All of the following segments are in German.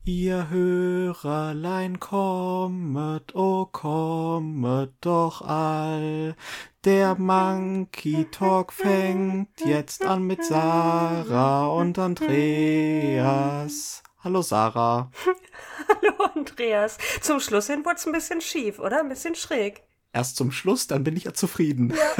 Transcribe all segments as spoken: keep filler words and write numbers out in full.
Ihr Hörerlein kommet, oh kommet doch all. Der Monkey Talk fängt jetzt an mit Sarah und Andreas. Hallo Sarah. Hallo Andreas. Zum Schluss hin wurde es ein bisschen schief, oder? Ein bisschen schräg. Erst zum Schluss, dann bin ich ja zufrieden. Ja.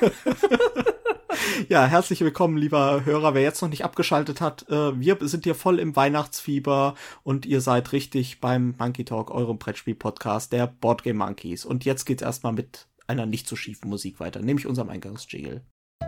Ja, herzlich willkommen, lieber Hörer. Wer jetzt noch nicht abgeschaltet hat, äh, wir sind hier voll im Weihnachtsfieber und ihr seid richtig beim Monkey Talk, eurem Brettspiel-Podcast der Boardgame Monkeys. Und jetzt geht's erstmal mit einer nicht so schiefen Musik weiter, nämlich unserem Eingangsjingle.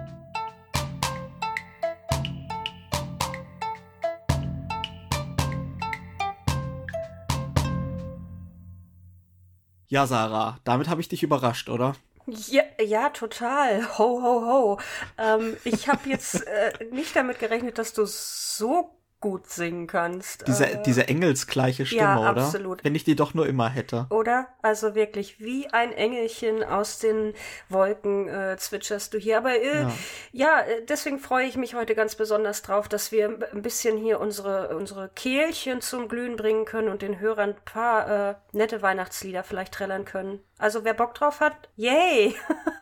Ja, Sarah, damit habe ich dich überrascht, oder? Ja, ja, total. Ho, ho, ho. Ähm, ich habe jetzt äh, nicht damit gerechnet, dass du so gut singen kannst. Diese, äh, diese engelsgleiche Stimme, ja, oder? absolut. Wenn ich die doch nur immer hätte. Oder? Also wirklich, wie ein Engelchen aus den Wolken äh, zwitscherst du hier. Aber äh, Ja. ja, äh, deswegen freue ich mich heute ganz besonders drauf, dass wir ein bisschen hier unsere, unsere Kehlchen zum Glühen bringen können und den Hörern ein paar äh, nette Weihnachtslieder vielleicht trällern können. Also wer Bock drauf hat, yay!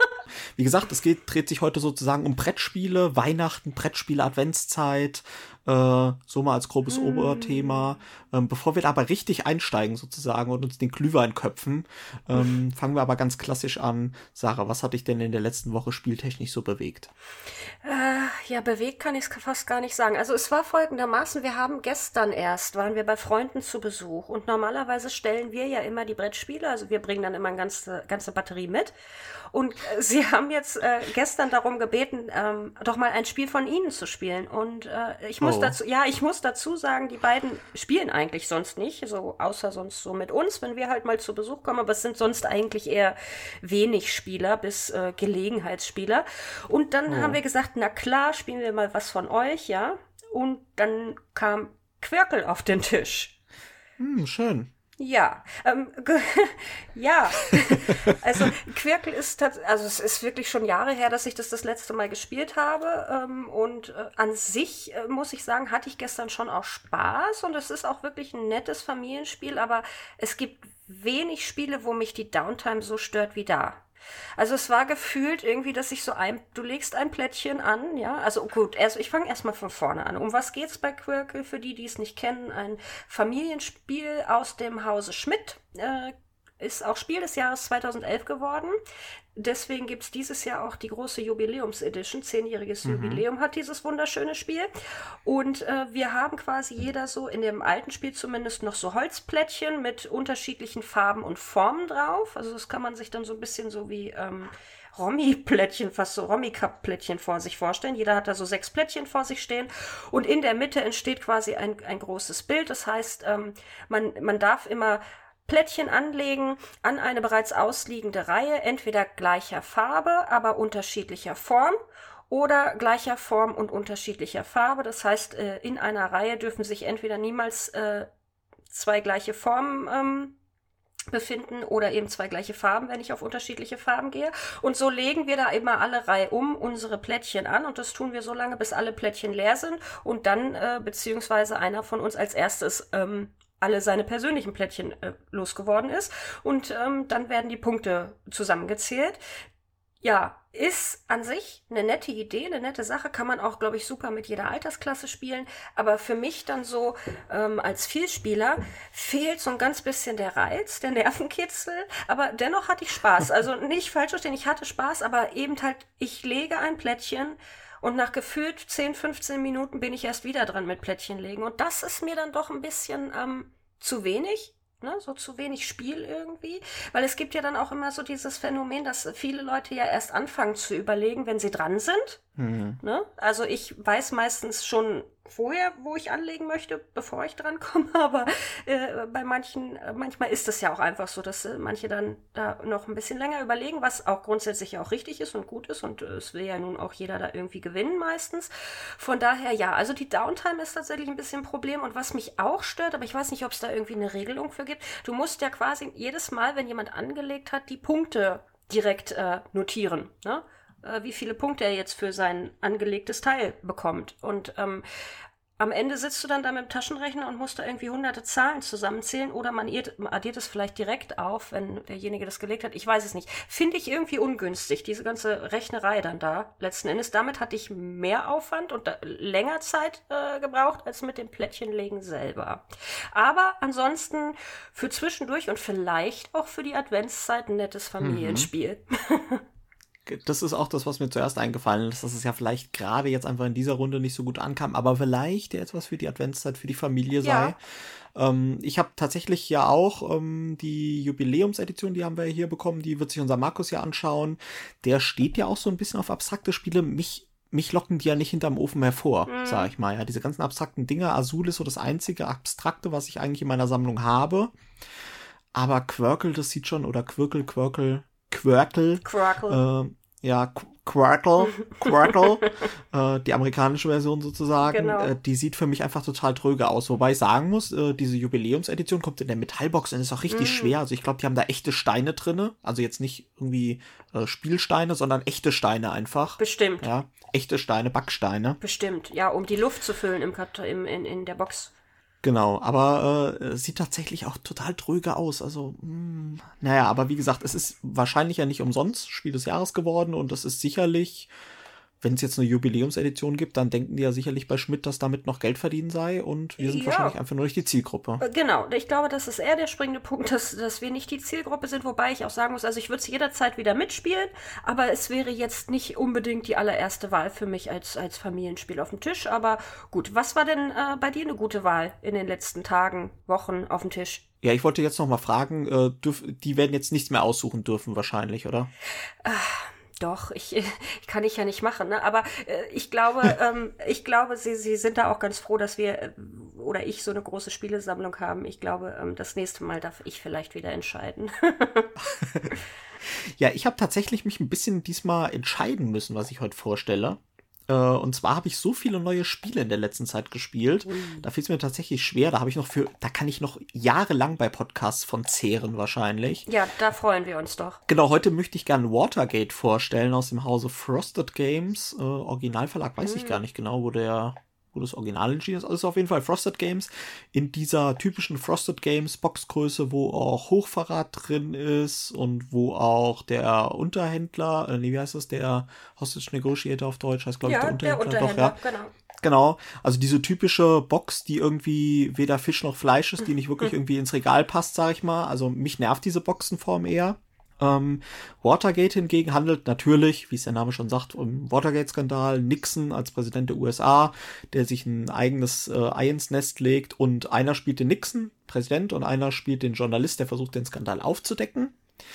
Wie gesagt, es geht, dreht sich heute sozusagen um Brettspiele, Weihnachten, Brettspiele, Adventszeit, äh, so mal als grobes mm. Oberthema. Ähm, bevor wir da aber richtig einsteigen sozusagen und uns den Glühwein köpfen, ähm, fangen wir aber ganz klassisch an. Sarah, was hat dich denn in der letzten Woche spieltechnisch so bewegt? Äh, ja, bewegt kann ich es fast gar nicht sagen. Also es war folgendermaßen, wir haben gestern erst, waren wir bei Freunden zu Besuch und normalerweise stellen wir ja immer die Brettspiele, also wir bringen dann immer eine ganze, ganze Batterie mit. Und äh, sie haben jetzt äh, gestern darum gebeten, ähm, doch mal ein Spiel von ihnen zu spielen. Und äh, ich muss Oh. dazu, ja, ich muss dazu sagen, die beiden spielen eigentlich sonst nicht, so außer sonst so mit uns, wenn wir halt mal zu Besuch kommen. Aber es sind sonst eigentlich eher wenig Spieler bis äh, Gelegenheitsspieler. Und dann Oh. haben wir gesagt, na klar, spielen wir mal was von euch, ja. Und dann kam Quirkel auf den Tisch. Hm, schön. Ja, ähm, ge- ja, also Quirkel ist tats- also es ist wirklich schon Jahre her, dass ich das das letzte Mal gespielt habe ähm, und äh, an sich äh, muss ich sagen, hatte ich gestern schon auch Spaß und es ist auch wirklich ein nettes Familienspiel, aber es gibt wenig Spiele, wo mich die Downtime so stört wie da. Also es war gefühlt irgendwie, dass ich so ein, du legst ein Plättchen an, ja, also gut, also ich fange erstmal von vorne an. Um was geht's bei Quirkel, für die, die es nicht kennen? Ein Familienspiel aus dem Hause Schmidt, äh, ist auch Spiel des Jahres zweitausendelf geworden. Deswegen gibt's dieses Jahr auch die große Jubiläums-Edition. Zehnjähriges Mhm. Jubiläum hat dieses wunderschöne Spiel. Und äh, wir haben quasi jeder so in dem alten Spiel zumindest noch so Holzplättchen mit unterschiedlichen Farben und Formen drauf. Also das kann man sich dann so ein bisschen so wie ähm, Romy-Plättchen, fast so Romy-Cup-Plättchen vor sich vorstellen. Jeder hat da so sechs Plättchen vor sich stehen. Und in der Mitte entsteht quasi ein, ein großes Bild. Das heißt, ähm, man, man darf immer Plättchen anlegen an eine bereits ausliegende Reihe, entweder gleicher Farbe, aber unterschiedlicher Form oder gleicher Form und unterschiedlicher Farbe. Das heißt, äh, in einer Reihe dürfen sich entweder niemals äh, zwei gleiche Formen ähm, befinden oder eben zwei gleiche Farben, wenn ich auf unterschiedliche Farben gehe. Und so legen wir da immer alle Reihe um unsere Plättchen an und das tun wir so lange, bis alle Plättchen leer sind und dann äh, beziehungsweise einer von uns als erstes ähm, alle seine persönlichen Plättchen äh, losgeworden ist. Und ähm, dann werden die Punkte zusammengezählt. Ja, ist an sich eine nette Idee, eine nette Sache, kann man auch, glaube ich, super mit jeder Altersklasse spielen. Aber für mich dann so ähm, als Vielspieler fehlt so ein ganz bisschen der Reiz, der Nervenkitzel. Aber dennoch hatte ich Spaß. Also nicht falsch verstehen, ich hatte Spaß, aber eben halt, ich lege ein Plättchen und nach gefühlt zehn, fünfzehn Minuten bin ich erst wieder dran mit Plättchen legen. Und das ist mir dann doch ein bisschen ähm, zu wenig. Ne, so zu wenig Spiel irgendwie, weil es gibt ja dann auch immer so dieses Phänomen, dass viele Leute ja erst anfangen zu überlegen, wenn sie dran sind. Mhm. Ne? Also ich weiß meistens schon vorher, wo ich anlegen möchte, bevor ich dran komme, aber äh, bei manchen, äh, manchmal ist es ja auch einfach so, dass äh, manche dann da noch ein bisschen länger überlegen, was auch grundsätzlich ja auch richtig ist und gut ist und äh, es will ja nun auch jeder da irgendwie gewinnen meistens. Von daher ja, also die Downtime ist tatsächlich ein bisschen ein Problem und was mich auch stört, aber ich weiß nicht, ob es da irgendwie eine Regelung für gibt, du musst ja quasi jedes Mal, wenn jemand angelegt hat, die Punkte direkt äh, notieren, ne? Wie viele Punkte er jetzt für sein angelegtes Teil bekommt. Und ähm, am Ende sitzt du dann da mit dem Taschenrechner und musst da irgendwie hunderte Zahlen zusammenzählen oder man addiert, man addiert es vielleicht direkt auf, wenn derjenige das gelegt hat. Ich weiß es nicht. Finde ich irgendwie ungünstig, diese ganze Rechnerei dann da. Letzten Endes, damit hatte ich mehr Aufwand und länger Zeit äh, gebraucht als mit dem Plättchenlegen selber. Aber ansonsten für zwischendurch und vielleicht auch für die Adventszeit ein nettes Familienspiel. Mhm. Das ist auch das, was mir zuerst eingefallen ist, dass es ja vielleicht gerade jetzt einfach in dieser Runde nicht so gut ankam, aber vielleicht ja etwas für die Adventszeit, für die Familie sei. Ja. Ähm, ich habe tatsächlich ja auch ähm, die Jubiläumsedition, die haben wir hier bekommen, die wird sich unser Markus ja anschauen. Der steht ja auch so ein bisschen auf abstrakte Spiele. Mich mich locken die ja nicht hinterm Ofen hervor, mhm. sag ich mal. Ja, diese ganzen abstrakten Dinge. Azul ist so das einzige Abstrakte, was ich eigentlich in meiner Sammlung habe. Aber Quirkel, das sieht schon, oder Quirkel, Quirkel, Quirkel. Quirkel. Äh, ja, Quirkel, Quirkel, äh, die amerikanische Version sozusagen, genau. äh, die sieht für mich einfach total tröge aus. Wobei ich sagen muss, äh, diese Jubiläumsedition kommt in der Metallbox und ist auch richtig mm. schwer. Also ich glaube, die haben da echte Steine drinne. Also jetzt nicht irgendwie äh, Spielsteine, sondern echte Steine einfach. Bestimmt. Ja, echte Steine, Backsteine. Bestimmt, ja, um die Luft zu füllen im Karton, im, in, in der Box. Genau, aber äh, sieht tatsächlich auch total tröge aus. Also, mh, naja, aber wie gesagt, es ist wahrscheinlich ja nicht umsonst Spiel des Jahres geworden und das ist sicherlich, wenn es jetzt eine Jubiläumsedition gibt, dann denken die ja sicherlich bei Schmidt, dass damit noch Geld verdienen sei und wir sind ja. wahrscheinlich einfach nur nicht die Zielgruppe. Genau, ich glaube, das ist eher der springende Punkt, dass, dass wir nicht die Zielgruppe sind, wobei ich auch sagen muss, also ich würde es jederzeit wieder mitspielen, aber es wäre jetzt nicht unbedingt die allererste Wahl für mich als, als Familienspiel auf dem Tisch, aber gut, was war denn äh, bei dir eine gute Wahl in den letzten Tagen, Wochen auf dem Tisch? Ja, ich wollte jetzt noch mal fragen, äh, dürf, die werden jetzt nichts mehr aussuchen dürfen wahrscheinlich, oder? Ach. Doch, ich, ich kann ich ja nicht machen, ne? Aber äh, ich glaube, ähm, ich glaube, sie, sie sind da auch ganz froh, dass wir äh, oder ich so eine große Spielesammlung haben. Ich glaube, ähm, das nächste Mal darf ich vielleicht wieder entscheiden. Ja, ich habe tatsächlich mich ein bisschen diesmal entscheiden müssen, was ich heute vorstelle. Und zwar habe ich so viele neue Spiele in der letzten Zeit gespielt. Mhm. Da fiel es mir tatsächlich schwer. Da habe ich noch für, da kann ich noch jahrelang bei Podcasts von zehren wahrscheinlich. Ja, da freuen wir uns doch. Genau, heute möchte ich gerne Watergate vorstellen aus dem Hause Frosted Games. Äh, Originalverlag weiß mhm. ich gar nicht genau, wo der wo das Original entschieden ist. Also ist auf jeden Fall Frosted Games in dieser typischen Frosted Games Boxgröße, wo auch Hochverrat drin ist und wo auch der Unterhändler, äh, nee, wie heißt das, der Hostage Negotiator auf Deutsch heißt, glaube ja, ich, der Unterhändler. Der Unterhändler, doch, ja. genau. Genau, also diese typische Box, die irgendwie weder Fisch noch Fleisch ist, die nicht wirklich irgendwie ins Regal passt, sag ich mal. Also mich nervt diese Boxenform eher. Ähm, Watergate hingegen handelt natürlich, wie es der Name schon sagt, um Watergate-Skandal. Nixon als Präsident der U S A, der sich ein eigenes äh, Ei ins Nest legt und einer spielt den Nixon, Präsident, und einer spielt den Journalist, der versucht, den Skandal aufzudecken.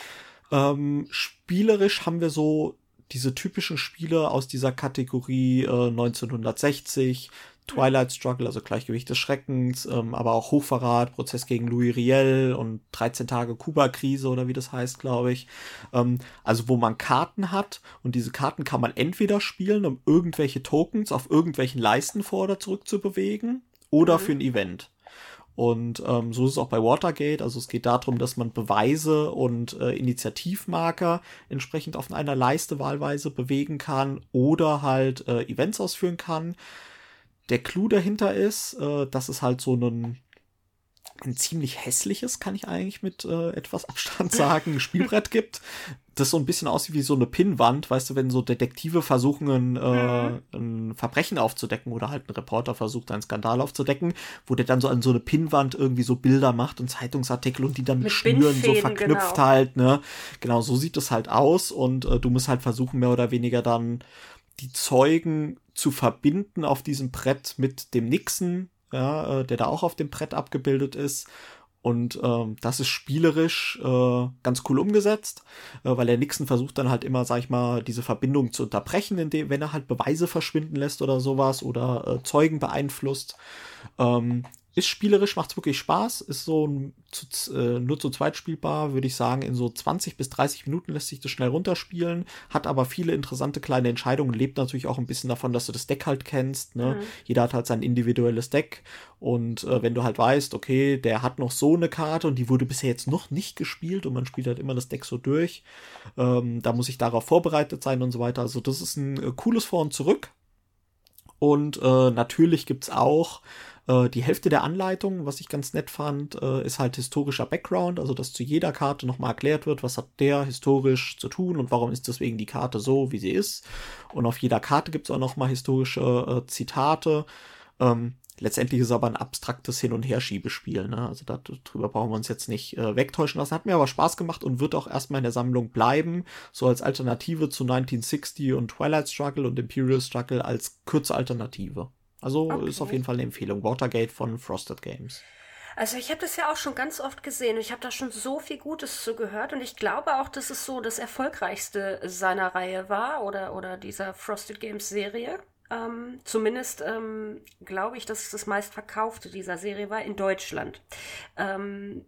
Ähm, spielerisch haben wir so diese typischen Spiele aus dieser Kategorie äh, neunzehnhundertsechzig, Twilight Struggle, also Gleichgewicht des Schreckens, ähm, aber auch Hochverrat, Prozess gegen Louis Riel und dreizehn Tage Kuba-Krise oder wie das heißt, glaube ich. Ähm, also wo man Karten hat und diese Karten kann man entweder spielen, um irgendwelche Tokens auf irgendwelchen Leisten vor oder zurück zu bewegen oder mhm. für ein Event. Und ähm, so ist es auch bei Watergate. Also es geht darum, dass man Beweise und äh, Initiativmarker entsprechend auf einer Leiste wahlweise bewegen kann oder halt äh, Events ausführen kann. Der Clou dahinter ist, äh, dass es halt so ein, ein ziemlich hässliches, kann ich eigentlich mit äh, etwas Abstand sagen, Spielbrett gibt, das so ein bisschen aussieht wie so eine Pinnwand, weißt du, wenn so Detektive versuchen, ein, äh, ein Verbrechen aufzudecken oder halt ein Reporter versucht, einen Skandal aufzudecken, wo der dann so an so eine Pinnwand irgendwie so Bilder macht und Zeitungsartikel und die dann mit, mit Schnüren so verknüpft genau. halt, ne? Genau, so sieht es halt aus und äh, du musst halt versuchen, mehr oder weniger dann die Zeugen zu verbinden auf diesem Brett mit dem Nixon, ja, äh, der da auch auf dem Brett abgebildet ist. Und ähm, das ist spielerisch äh, ganz cool umgesetzt, äh, weil der Nixon versucht dann halt immer, sag ich mal, diese Verbindung zu unterbrechen, indem, wenn er halt Beweise verschwinden lässt oder sowas oder äh, Zeugen beeinflusst. Ähm, Ist spielerisch, macht's wirklich Spaß, ist so ein, zu, äh, nur zu zweit spielbar, würde ich sagen, in so zwanzig bis dreißig Minuten lässt sich das schnell runterspielen, hat aber viele interessante kleine Entscheidungen, lebt natürlich auch ein bisschen davon, dass du das Deck halt kennst, ne? Mhm. Jeder hat halt sein individuelles Deck und äh, wenn du halt weißt, okay, der hat noch so eine Karte und die wurde bisher jetzt noch nicht gespielt und man spielt halt immer das Deck so durch, ähm, da muss ich darauf vorbereitet sein und so weiter, also das ist ein äh, cooles Vor und Zurück. Und äh, natürlich gibt's auch äh, die Hälfte der Anleitung, was ich ganz nett fand, äh, ist halt historischer Background, also dass zu jeder Karte nochmal erklärt wird, was hat der historisch zu tun und warum ist deswegen die Karte so, wie sie ist. Und auf jeder Karte gibt's auch nochmal historische äh, Zitate. Ähm, letztendlich ist es aber ein abstraktes Hin- und Herschiebespiel, ne? Also darüber brauchen wir uns jetzt nicht äh, wegtäuschen lassen. Hat mir aber Spaß gemacht und wird auch erstmal in der Sammlung bleiben, so als Alternative zu neunzehnhundertsechzig und Twilight Struggle und Imperial Struggle als kurze Alternative. Also okay. Ist auf jeden Fall eine Empfehlung. Watergate von Frosted Games. Also ich habe das ja auch schon ganz oft gesehen und ich habe da schon so viel Gutes zu gehört und ich glaube auch, dass es so das erfolgreichste seiner Reihe war oder, oder dieser Frosted Games Serie. Ähm, zumindest ähm, glaube ich, dass es das meistverkaufte dieser Serie war in Deutschland. Ähm,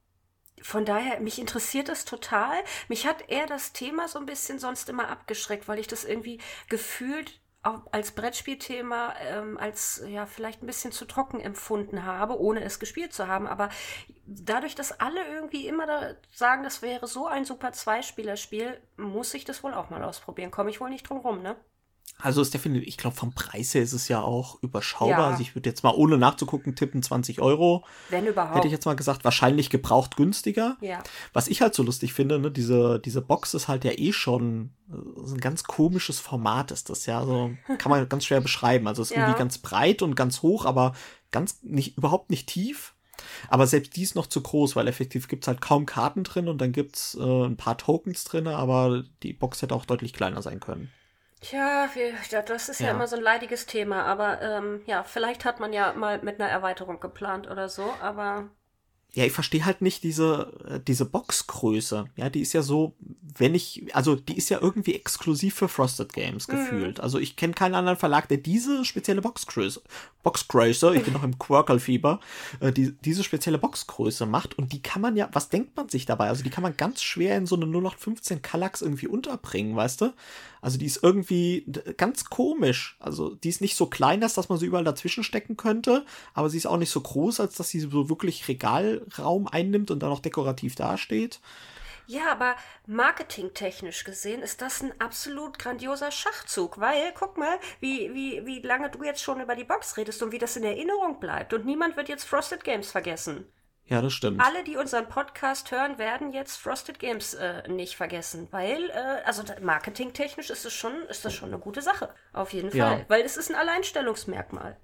von daher, mich interessiert das total. Mich hat eher das Thema so ein bisschen sonst immer abgeschreckt, weil ich das irgendwie gefühlt auch als Brettspielthema ähm, als ja vielleicht ein bisschen zu trocken empfunden habe, ohne es gespielt zu haben. Aber dadurch, dass alle irgendwie immer da sagen, das wäre so ein super Zweispielerspiel, muss ich das wohl auch mal ausprobieren. Komme ich wohl nicht drum rum, ne? Also ist definitiv, ich glaube, vom Preis her ist es ja auch überschaubar. Ja. Also ich würde jetzt mal, ohne nachzugucken, tippen zwanzig Euro. Wenn überhaupt. Hätte ich jetzt mal gesagt, wahrscheinlich gebraucht günstiger. Ja. Was ich halt so lustig finde, ne, diese, diese Box ist halt ja eh schon so ein ganz komisches Format ist das, ja. Also kann man ganz schwer beschreiben. Also es ist Ja. irgendwie ganz breit und ganz hoch, aber ganz nicht, überhaupt nicht tief. Aber selbst die ist noch zu groß, weil effektiv gibt's halt kaum Karten drin und dann gibt's äh, ein paar Tokens drin, aber die Box hätte auch deutlich kleiner sein können. Tja, wir, ja, das ist ja. Ja. immer so ein leidiges Thema, aber ähm, ja, vielleicht hat man ja mal mit einer Erweiterung geplant oder so, aber Ja, ich verstehe halt nicht diese, äh, diese Boxgröße. Ja, die ist ja so, wenn ich, also die ist ja irgendwie exklusiv für Frosted Games gefühlt. Also ich kenne keinen anderen Verlag, der diese spezielle Boxgröße, Boxgröße, ich bin noch im Quirkle-Fieber, äh, die, diese spezielle Boxgröße macht. Und die kann man ja, was denkt man sich dabei? Also die kann man ganz schwer in so eine null acht fünfzehn Kallax irgendwie unterbringen, weißt du? Also die ist irgendwie d- ganz komisch. Also die ist nicht so klein, dass, dass man sie überall dazwischen stecken könnte, aber sie ist auch nicht so groß, als dass sie so wirklich Regalraum einnimmt und dann noch dekorativ dasteht. ja, aber marketingtechnisch gesehen ist das ein absolut grandioser Schachzug, weil, guck mal, wie, wie, wie lange du jetzt schon über die Box redest und wie das in Erinnerung bleibt. Und niemand wird jetzt Frosted Games vergessen. Ja, das stimmt. Alle, die unseren Podcast hören, werden jetzt Frosted Games äh, nicht vergessen, weil, äh, also da- marketingtechnisch ist das schon, ist das schon eine gute Sache. Auf jeden Fall. Ja. Weil es ist ein Alleinstellungsmerkmal.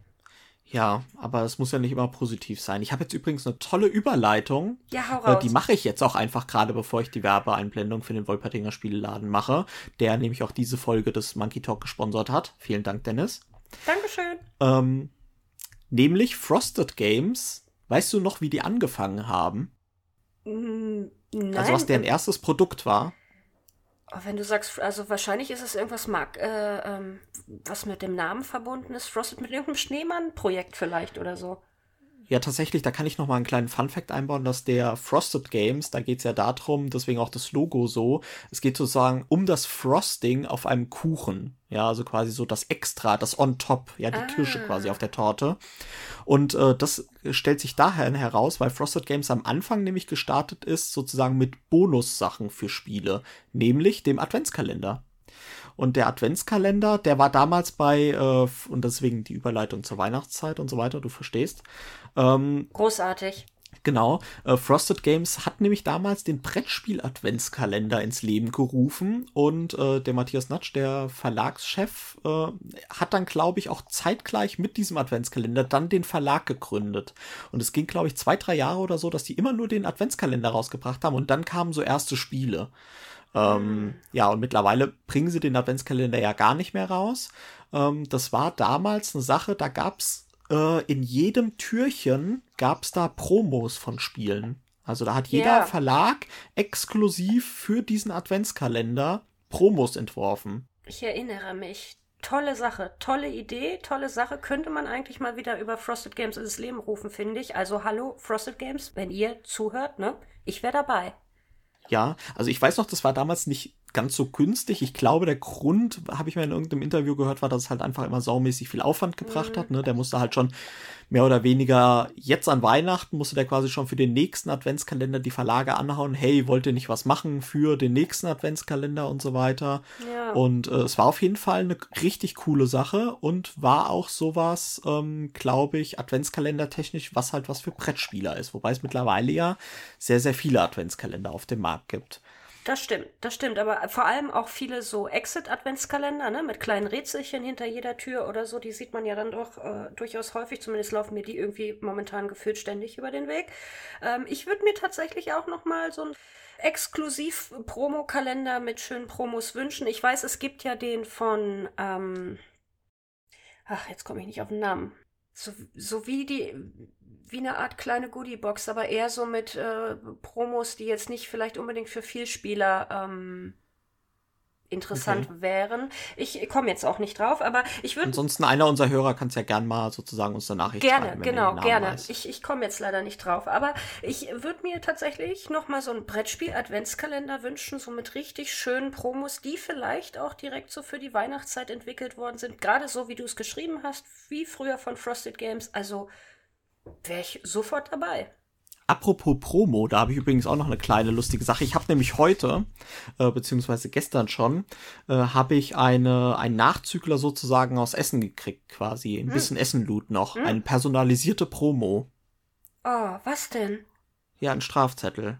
Ja, aber es muss ja nicht immer positiv sein. Ich habe jetzt übrigens eine tolle Überleitung. Ja, hau Äh, raus. Die mache ich jetzt auch einfach gerade, bevor ich die Werbeeinblendung für den Wolpertinger Spieleladen mache, der nämlich auch diese Folge des Monkey Talk gesponsert hat. Vielen Dank, Dennis. Dankeschön. Ähm, nämlich Frosted Games. Weißt du noch, wie die angefangen haben? Mm, nein. Also was deren erstes Produkt war? Oh, wenn du sagst, also wahrscheinlich ist es irgendwas Mark, äh, ähm, was mit dem Namen verbunden ist. Frosted mit irgendeinem Schneemann-Projekt vielleicht oder so. Ja, tatsächlich, da kann ich noch mal einen kleinen Funfact einbauen, dass der Frosted Games, da geht's ja darum, deswegen auch das Logo so, es geht sozusagen um das Frosting auf einem Kuchen. Ja, also quasi so das Extra, das on top, ja, die Ah. Kirsche quasi auf der Torte. Und äh, das stellt sich daher heraus, weil Frosted Games am Anfang nämlich gestartet ist, sozusagen mit Bonussachen für Spiele, nämlich dem Adventskalender. Und der Adventskalender, der war damals bei, äh, und deswegen die Überleitung zur Weihnachtszeit und so weiter, du verstehst. Ähm, Großartig. genau, äh, Frosted Games hat nämlich damals den Brettspiel-Adventskalender ins Leben gerufen und äh, der Matthias Natsch, der Verlagschef, äh, hat dann, glaube ich, auch zeitgleich mit diesem Adventskalender dann den Verlag gegründet. Und es ging, glaube ich, zwei, drei Jahre oder so, dass die immer nur den Adventskalender rausgebracht haben und dann kamen so erste Spiele. Ähm, ja, und mittlerweile bringen sie den Adventskalender ja gar nicht mehr raus. Ähm, das war damals eine Sache, da gab's äh, in jedem Türchen gab's da Promos von Spielen. Also da hat jeder Ja. Verlag exklusiv für diesen Adventskalender Promos entworfen. Ich erinnere mich. Tolle Sache, tolle Idee, tolle Sache. Könnte man eigentlich mal wieder über Frosted Games ins Leben rufen, finde ich. Also hallo, Frosted Games, wenn ihr zuhört, ne? Ich wäre dabei. Ja, also ich weiß noch, das war damals nicht ganz so günstig. Ich glaube, der Grund, habe ich mir in irgendeinem Interview gehört, war, dass es halt einfach immer saumäßig viel Aufwand gebracht mhm. hat. Ne? Der musste halt schon mehr oder weniger jetzt an Weihnachten, musste der quasi schon für den nächsten Adventskalender die Verlage anhauen. Hey, wollt ihr nicht was machen für den nächsten Adventskalender und so weiter? Ja. Und äh, es war auf jeden Fall eine richtig coole Sache und war auch sowas, ähm, glaube ich, Adventskalender-technisch, was halt was für Brettspieler ist. Wobei es mittlerweile ja sehr, sehr viele Adventskalender auf dem Markt gibt. Das stimmt, das stimmt, aber vor allem auch viele so Exit-Adventskalender, ne, mit kleinen Rätselchen hinter jeder Tür oder so, die sieht man ja dann doch äh, durchaus häufig, zumindest laufen mir die irgendwie momentan gefühlt ständig über den Weg. Ähm, ich würde mir tatsächlich auch nochmal so ein Exklusiv-Promo-Kalender mit schönen Promos wünschen. Ich weiß, es gibt ja den von, ähm, ach, jetzt komme ich nicht auf den Namen. So, so wie die, wie eine Art kleine Goodiebox, aber eher so mit äh, Promos, die jetzt nicht vielleicht unbedingt für Vielspieler ähm, interessant okay. wären. Ich komme jetzt auch nicht drauf, aber ich würde... Ansonsten einer unserer Hörer kann es ja gern mal sozusagen uns eine Nachricht gerne, schreiben. Gerne, genau, gerne. Weiß. Ich, ich komme jetzt leider nicht drauf, aber ich würde mir tatsächlich nochmal so ein Brettspiel-Adventskalender wünschen, so mit richtig schönen Promos, die vielleicht auch direkt so für die Weihnachtszeit entwickelt worden sind. Gerade so, wie du es geschrieben hast, wie früher von Frosted Games. Also wäre ich sofort dabei. Apropos Promo, da habe ich übrigens auch noch eine kleine lustige Sache. Ich habe nämlich heute, äh, beziehungsweise gestern schon, äh, habe ich eine einen Nachzügler sozusagen aus Essen gekriegt, quasi. Ein hm. bisschen Essen-Loot noch. Hm. Eine personalisierte Promo. Oh, was denn? Ja, ein Strafzettel.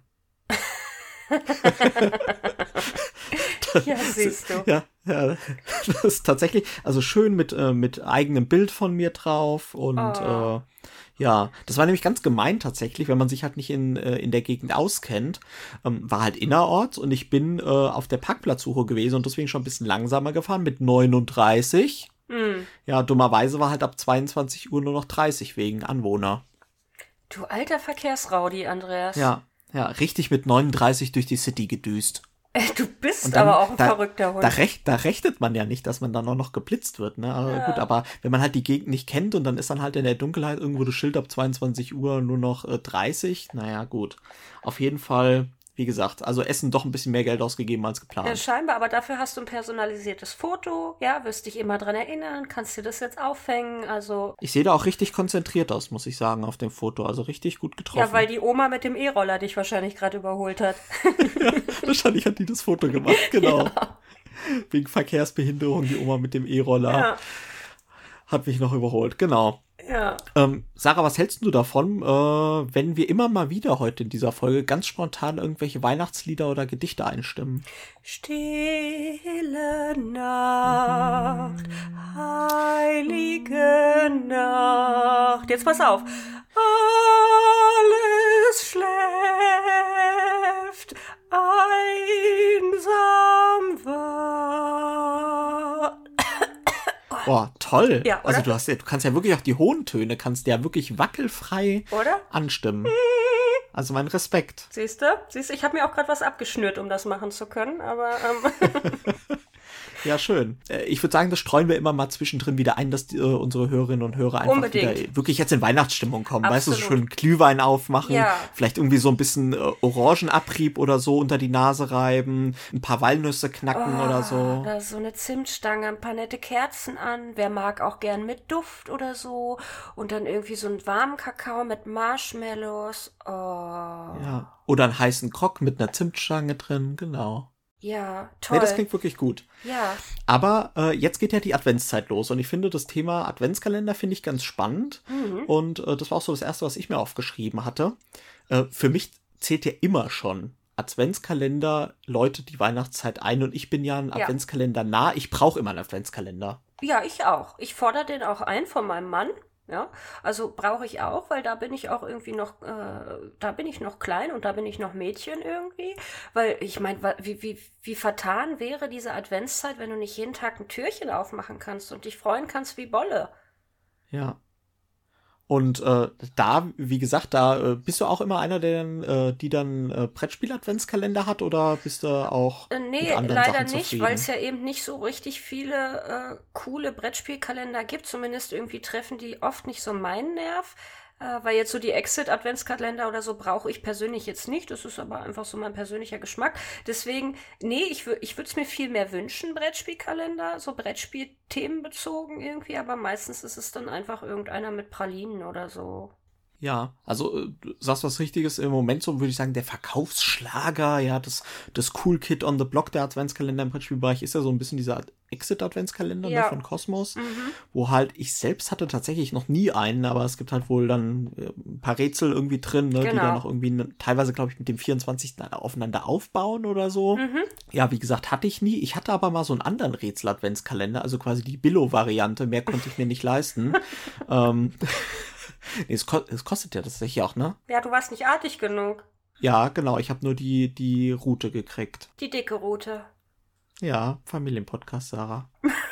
Ja, siehst du. Ja, ja, das ist tatsächlich, also schön mit, äh, mit eigenem Bild von mir drauf und oh. äh, ja, das war nämlich ganz gemein tatsächlich, wenn man sich halt nicht in, äh, in der Gegend auskennt. Ähm, war halt innerorts und ich bin äh, auf der Parkplatzsuche gewesen und deswegen schon ein bisschen langsamer gefahren mit neununddreißig. Mm. Ja, dummerweise war halt ab zweiundzwanzig Uhr nur noch dreißig wegen Anwohner. Du alter Verkehrsraudi, Andreas. Ja, ja, richtig mit neununddreißig durch die City gedüst. Du bist dann, aber auch ein da, verrückter Hund. Da, rech, da rechnet man ja nicht, dass man dann auch noch geblitzt wird. Ne? Aber ja. gut, aber wenn man halt die Gegend nicht kennt und dann ist dann halt in der Dunkelheit irgendwo das Schild ab zweiundzwanzig Uhr nur noch äh, dreißig, naja, gut. Auf jeden Fall, wie gesagt, also Essen doch ein bisschen mehr Geld ausgegeben als geplant. Ja, scheinbar, aber dafür hast du ein personalisiertes Foto, ja, wirst dich immer dran erinnern, kannst dir das jetzt aufhängen, also... Ich sehe da auch richtig konzentriert aus, muss ich sagen, auf dem Foto, also richtig gut getroffen. Ja, weil die Oma mit dem E-Roller dich wahrscheinlich gerade überholt hat. Ja, wahrscheinlich hat die das Foto gemacht, genau. Ja. Wegen Verkehrsbehinderung, die Oma mit dem E-Roller ja. hat mich noch überholt, genau. Ja. Ähm, Sarah, was hältst du davon, äh, wenn wir immer mal wieder heute in dieser Folge ganz spontan irgendwelche Weihnachtslieder oder Gedichte einstimmen? Stille Nacht, heilige Nacht. Jetzt pass auf. Alles schläft, einsam war. Boah, toll. Ja, oder? Also du hast ja, du kannst ja wirklich auch die hohen Töne, kannst ja wirklich wackelfrei oder? anstimmen. Also mein Respekt. Siehst du? Siehst du, ich habe mir auch gerade was abgeschnürt, um das machen zu können, aber ähm ja, schön. Ich würde sagen, das streuen wir immer mal zwischendrin wieder ein, dass die, äh, unsere Hörerinnen und Hörer einfach Unbedingt. wieder wirklich jetzt in Weihnachtsstimmung kommen. Absolut. Weißt du, so schön Glühwein aufmachen, ja. vielleicht irgendwie so ein bisschen äh, Orangenabrieb oder so unter die Nase reiben, ein paar Walnüsse knacken oh, oder so. Oder so eine Zimtstange, ein paar nette Kerzen an. Wer mag auch gern mit Duft oder so. Und dann irgendwie so einen warmen Kakao mit Marshmallows. Oh. Ja. Oder einen heißen Grog mit einer Zimtstange drin, genau. Ja, toll. Nee, das klingt wirklich gut. Ja. Aber äh, jetzt geht ja die Adventszeit los und ich finde das Thema Adventskalender finde ich ganz spannend mhm. und äh, das war auch so das Erste, was ich mir aufgeschrieben hatte. Äh, für mich zählt ja immer schon Adventskalender läutet die Weihnachtszeit ein und ich bin ja ein ja. Adventskalender nah. Ich brauche immer einen Adventskalender. Ja, ich auch. Ich fordere den auch ein von meinem Mann. Ja, also brauche ich auch, weil da bin ich auch irgendwie noch, äh, da bin ich noch klein und da bin ich noch Mädchen irgendwie, weil ich meine, wie, wie, wie vertan wäre diese Adventszeit, wenn du nicht jeden Tag ein Türchen aufmachen kannst und dich freuen kannst wie Bolle. Ja. Und äh, da, wie gesagt, da äh, bist du auch immer einer, der äh, die dann äh, Brettspiel-Adventskalender hat oder bist du auch äh, nee, mit anderen leider Sachen nicht, weil es ja eben nicht so richtig viele äh, coole Brettspielkalender gibt. Zumindest irgendwie treffen die oft nicht so meinen Nerv. Äh, weil jetzt so die Exit-Adventskalender oder so brauche ich persönlich jetzt nicht. Das ist aber einfach so mein persönlicher Geschmack. Deswegen, nee, ich, wür- ich würde es mir viel mehr wünschen, Brettspielkalender, so Brettspiel-Themen bezogen irgendwie, aber meistens ist es dann einfach irgendeiner mit Pralinen oder so. Ja, also äh, du sagst was Richtiges. Im Moment so würde ich sagen, der Verkaufsschlager, ja, das, das Cool Kid on the Block, der Adventskalender im Brettspielbereich, ist ja so ein bisschen dieser Exit-Adventskalender ne, Ja. von Cosmos, Mhm. wo halt ich selbst hatte tatsächlich noch nie einen, aber es gibt halt wohl dann äh, ein paar Rätsel irgendwie drin, ne, die Genau. dann noch irgendwie ne, teilweise, glaube ich, mit dem vierundzwanzigsten aufeinander aufbauen oder so. Mhm. Ja, wie gesagt, hatte ich nie. Ich hatte aber mal so einen anderen Rätsel-Adventskalender, also quasi die Billo-Variante. Mehr konnte ich mir nicht leisten. ähm, nee, es, ko es kostet ja tatsächlich auch, ne? Ja, du warst nicht artig genug. Ja, genau. Ich habe nur die, die Route gekriegt. Die dicke Route. Ja, Familienpodcast, Sarah.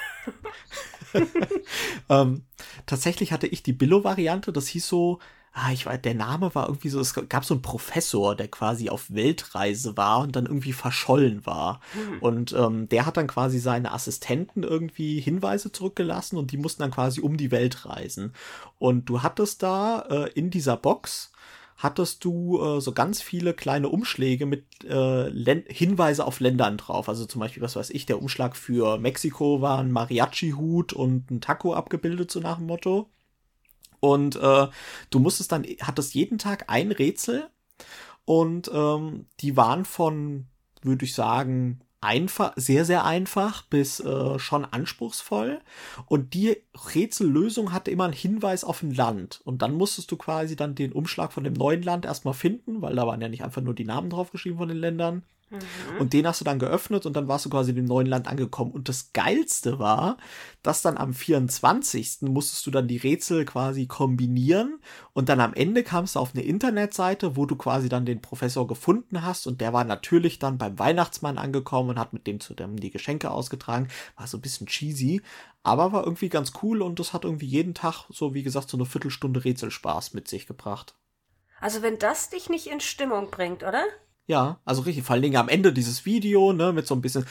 ähm, tatsächlich hatte ich die Billo-Variante. Das hieß so, ah, ich weiß, der Name war irgendwie so, es gab so einen Professor, der quasi auf Weltreise war und dann irgendwie verschollen war. Hm. Und ähm, der hat dann quasi seine Assistenten irgendwie Hinweise zurückgelassen und die mussten dann quasi um die Welt reisen. Und du hattest da äh, in dieser Box hattest du äh, so ganz viele kleine Umschläge mit äh, Län- Hinweise auf Ländern drauf. Also zum Beispiel, was weiß ich, der Umschlag für Mexiko war ein Mariachi-Hut und ein Taco abgebildet, so nach dem Motto. Und äh, du musstest dann, hattest jeden Tag ein Rätsel und ähm, die waren von, würde ich sagen, einfach, sehr, sehr einfach bis äh, schon anspruchsvoll. Und die Rätsellösung hatte immer einen Hinweis auf ein Land. Und dann musstest du quasi dann den Umschlag von dem neuen Land erstmal finden, weil da waren ja nicht einfach nur die Namen draufgeschrieben von den Ländern. Mhm. Und den hast du dann geöffnet und dann warst du quasi in dem neuen Land angekommen. Und das Geilste war, dass dann am vierundzwanzigsten musstest du dann die Rätsel quasi kombinieren und dann am Ende kamst du auf eine Internetseite, wo du quasi dann den Professor gefunden hast und der war natürlich dann beim Weihnachtsmann angekommen und hat mit dem zu dem die Geschenke ausgetragen. War so ein bisschen cheesy, aber war irgendwie ganz cool und das hat irgendwie jeden Tag so, wie gesagt, so eine Viertelstunde Rätselspaß mit sich gebracht. Also wenn das dich nicht in Stimmung bringt, oder? Ja, also richtig, vor allen Dingen am Ende dieses Video, ne, mit so ein bisschen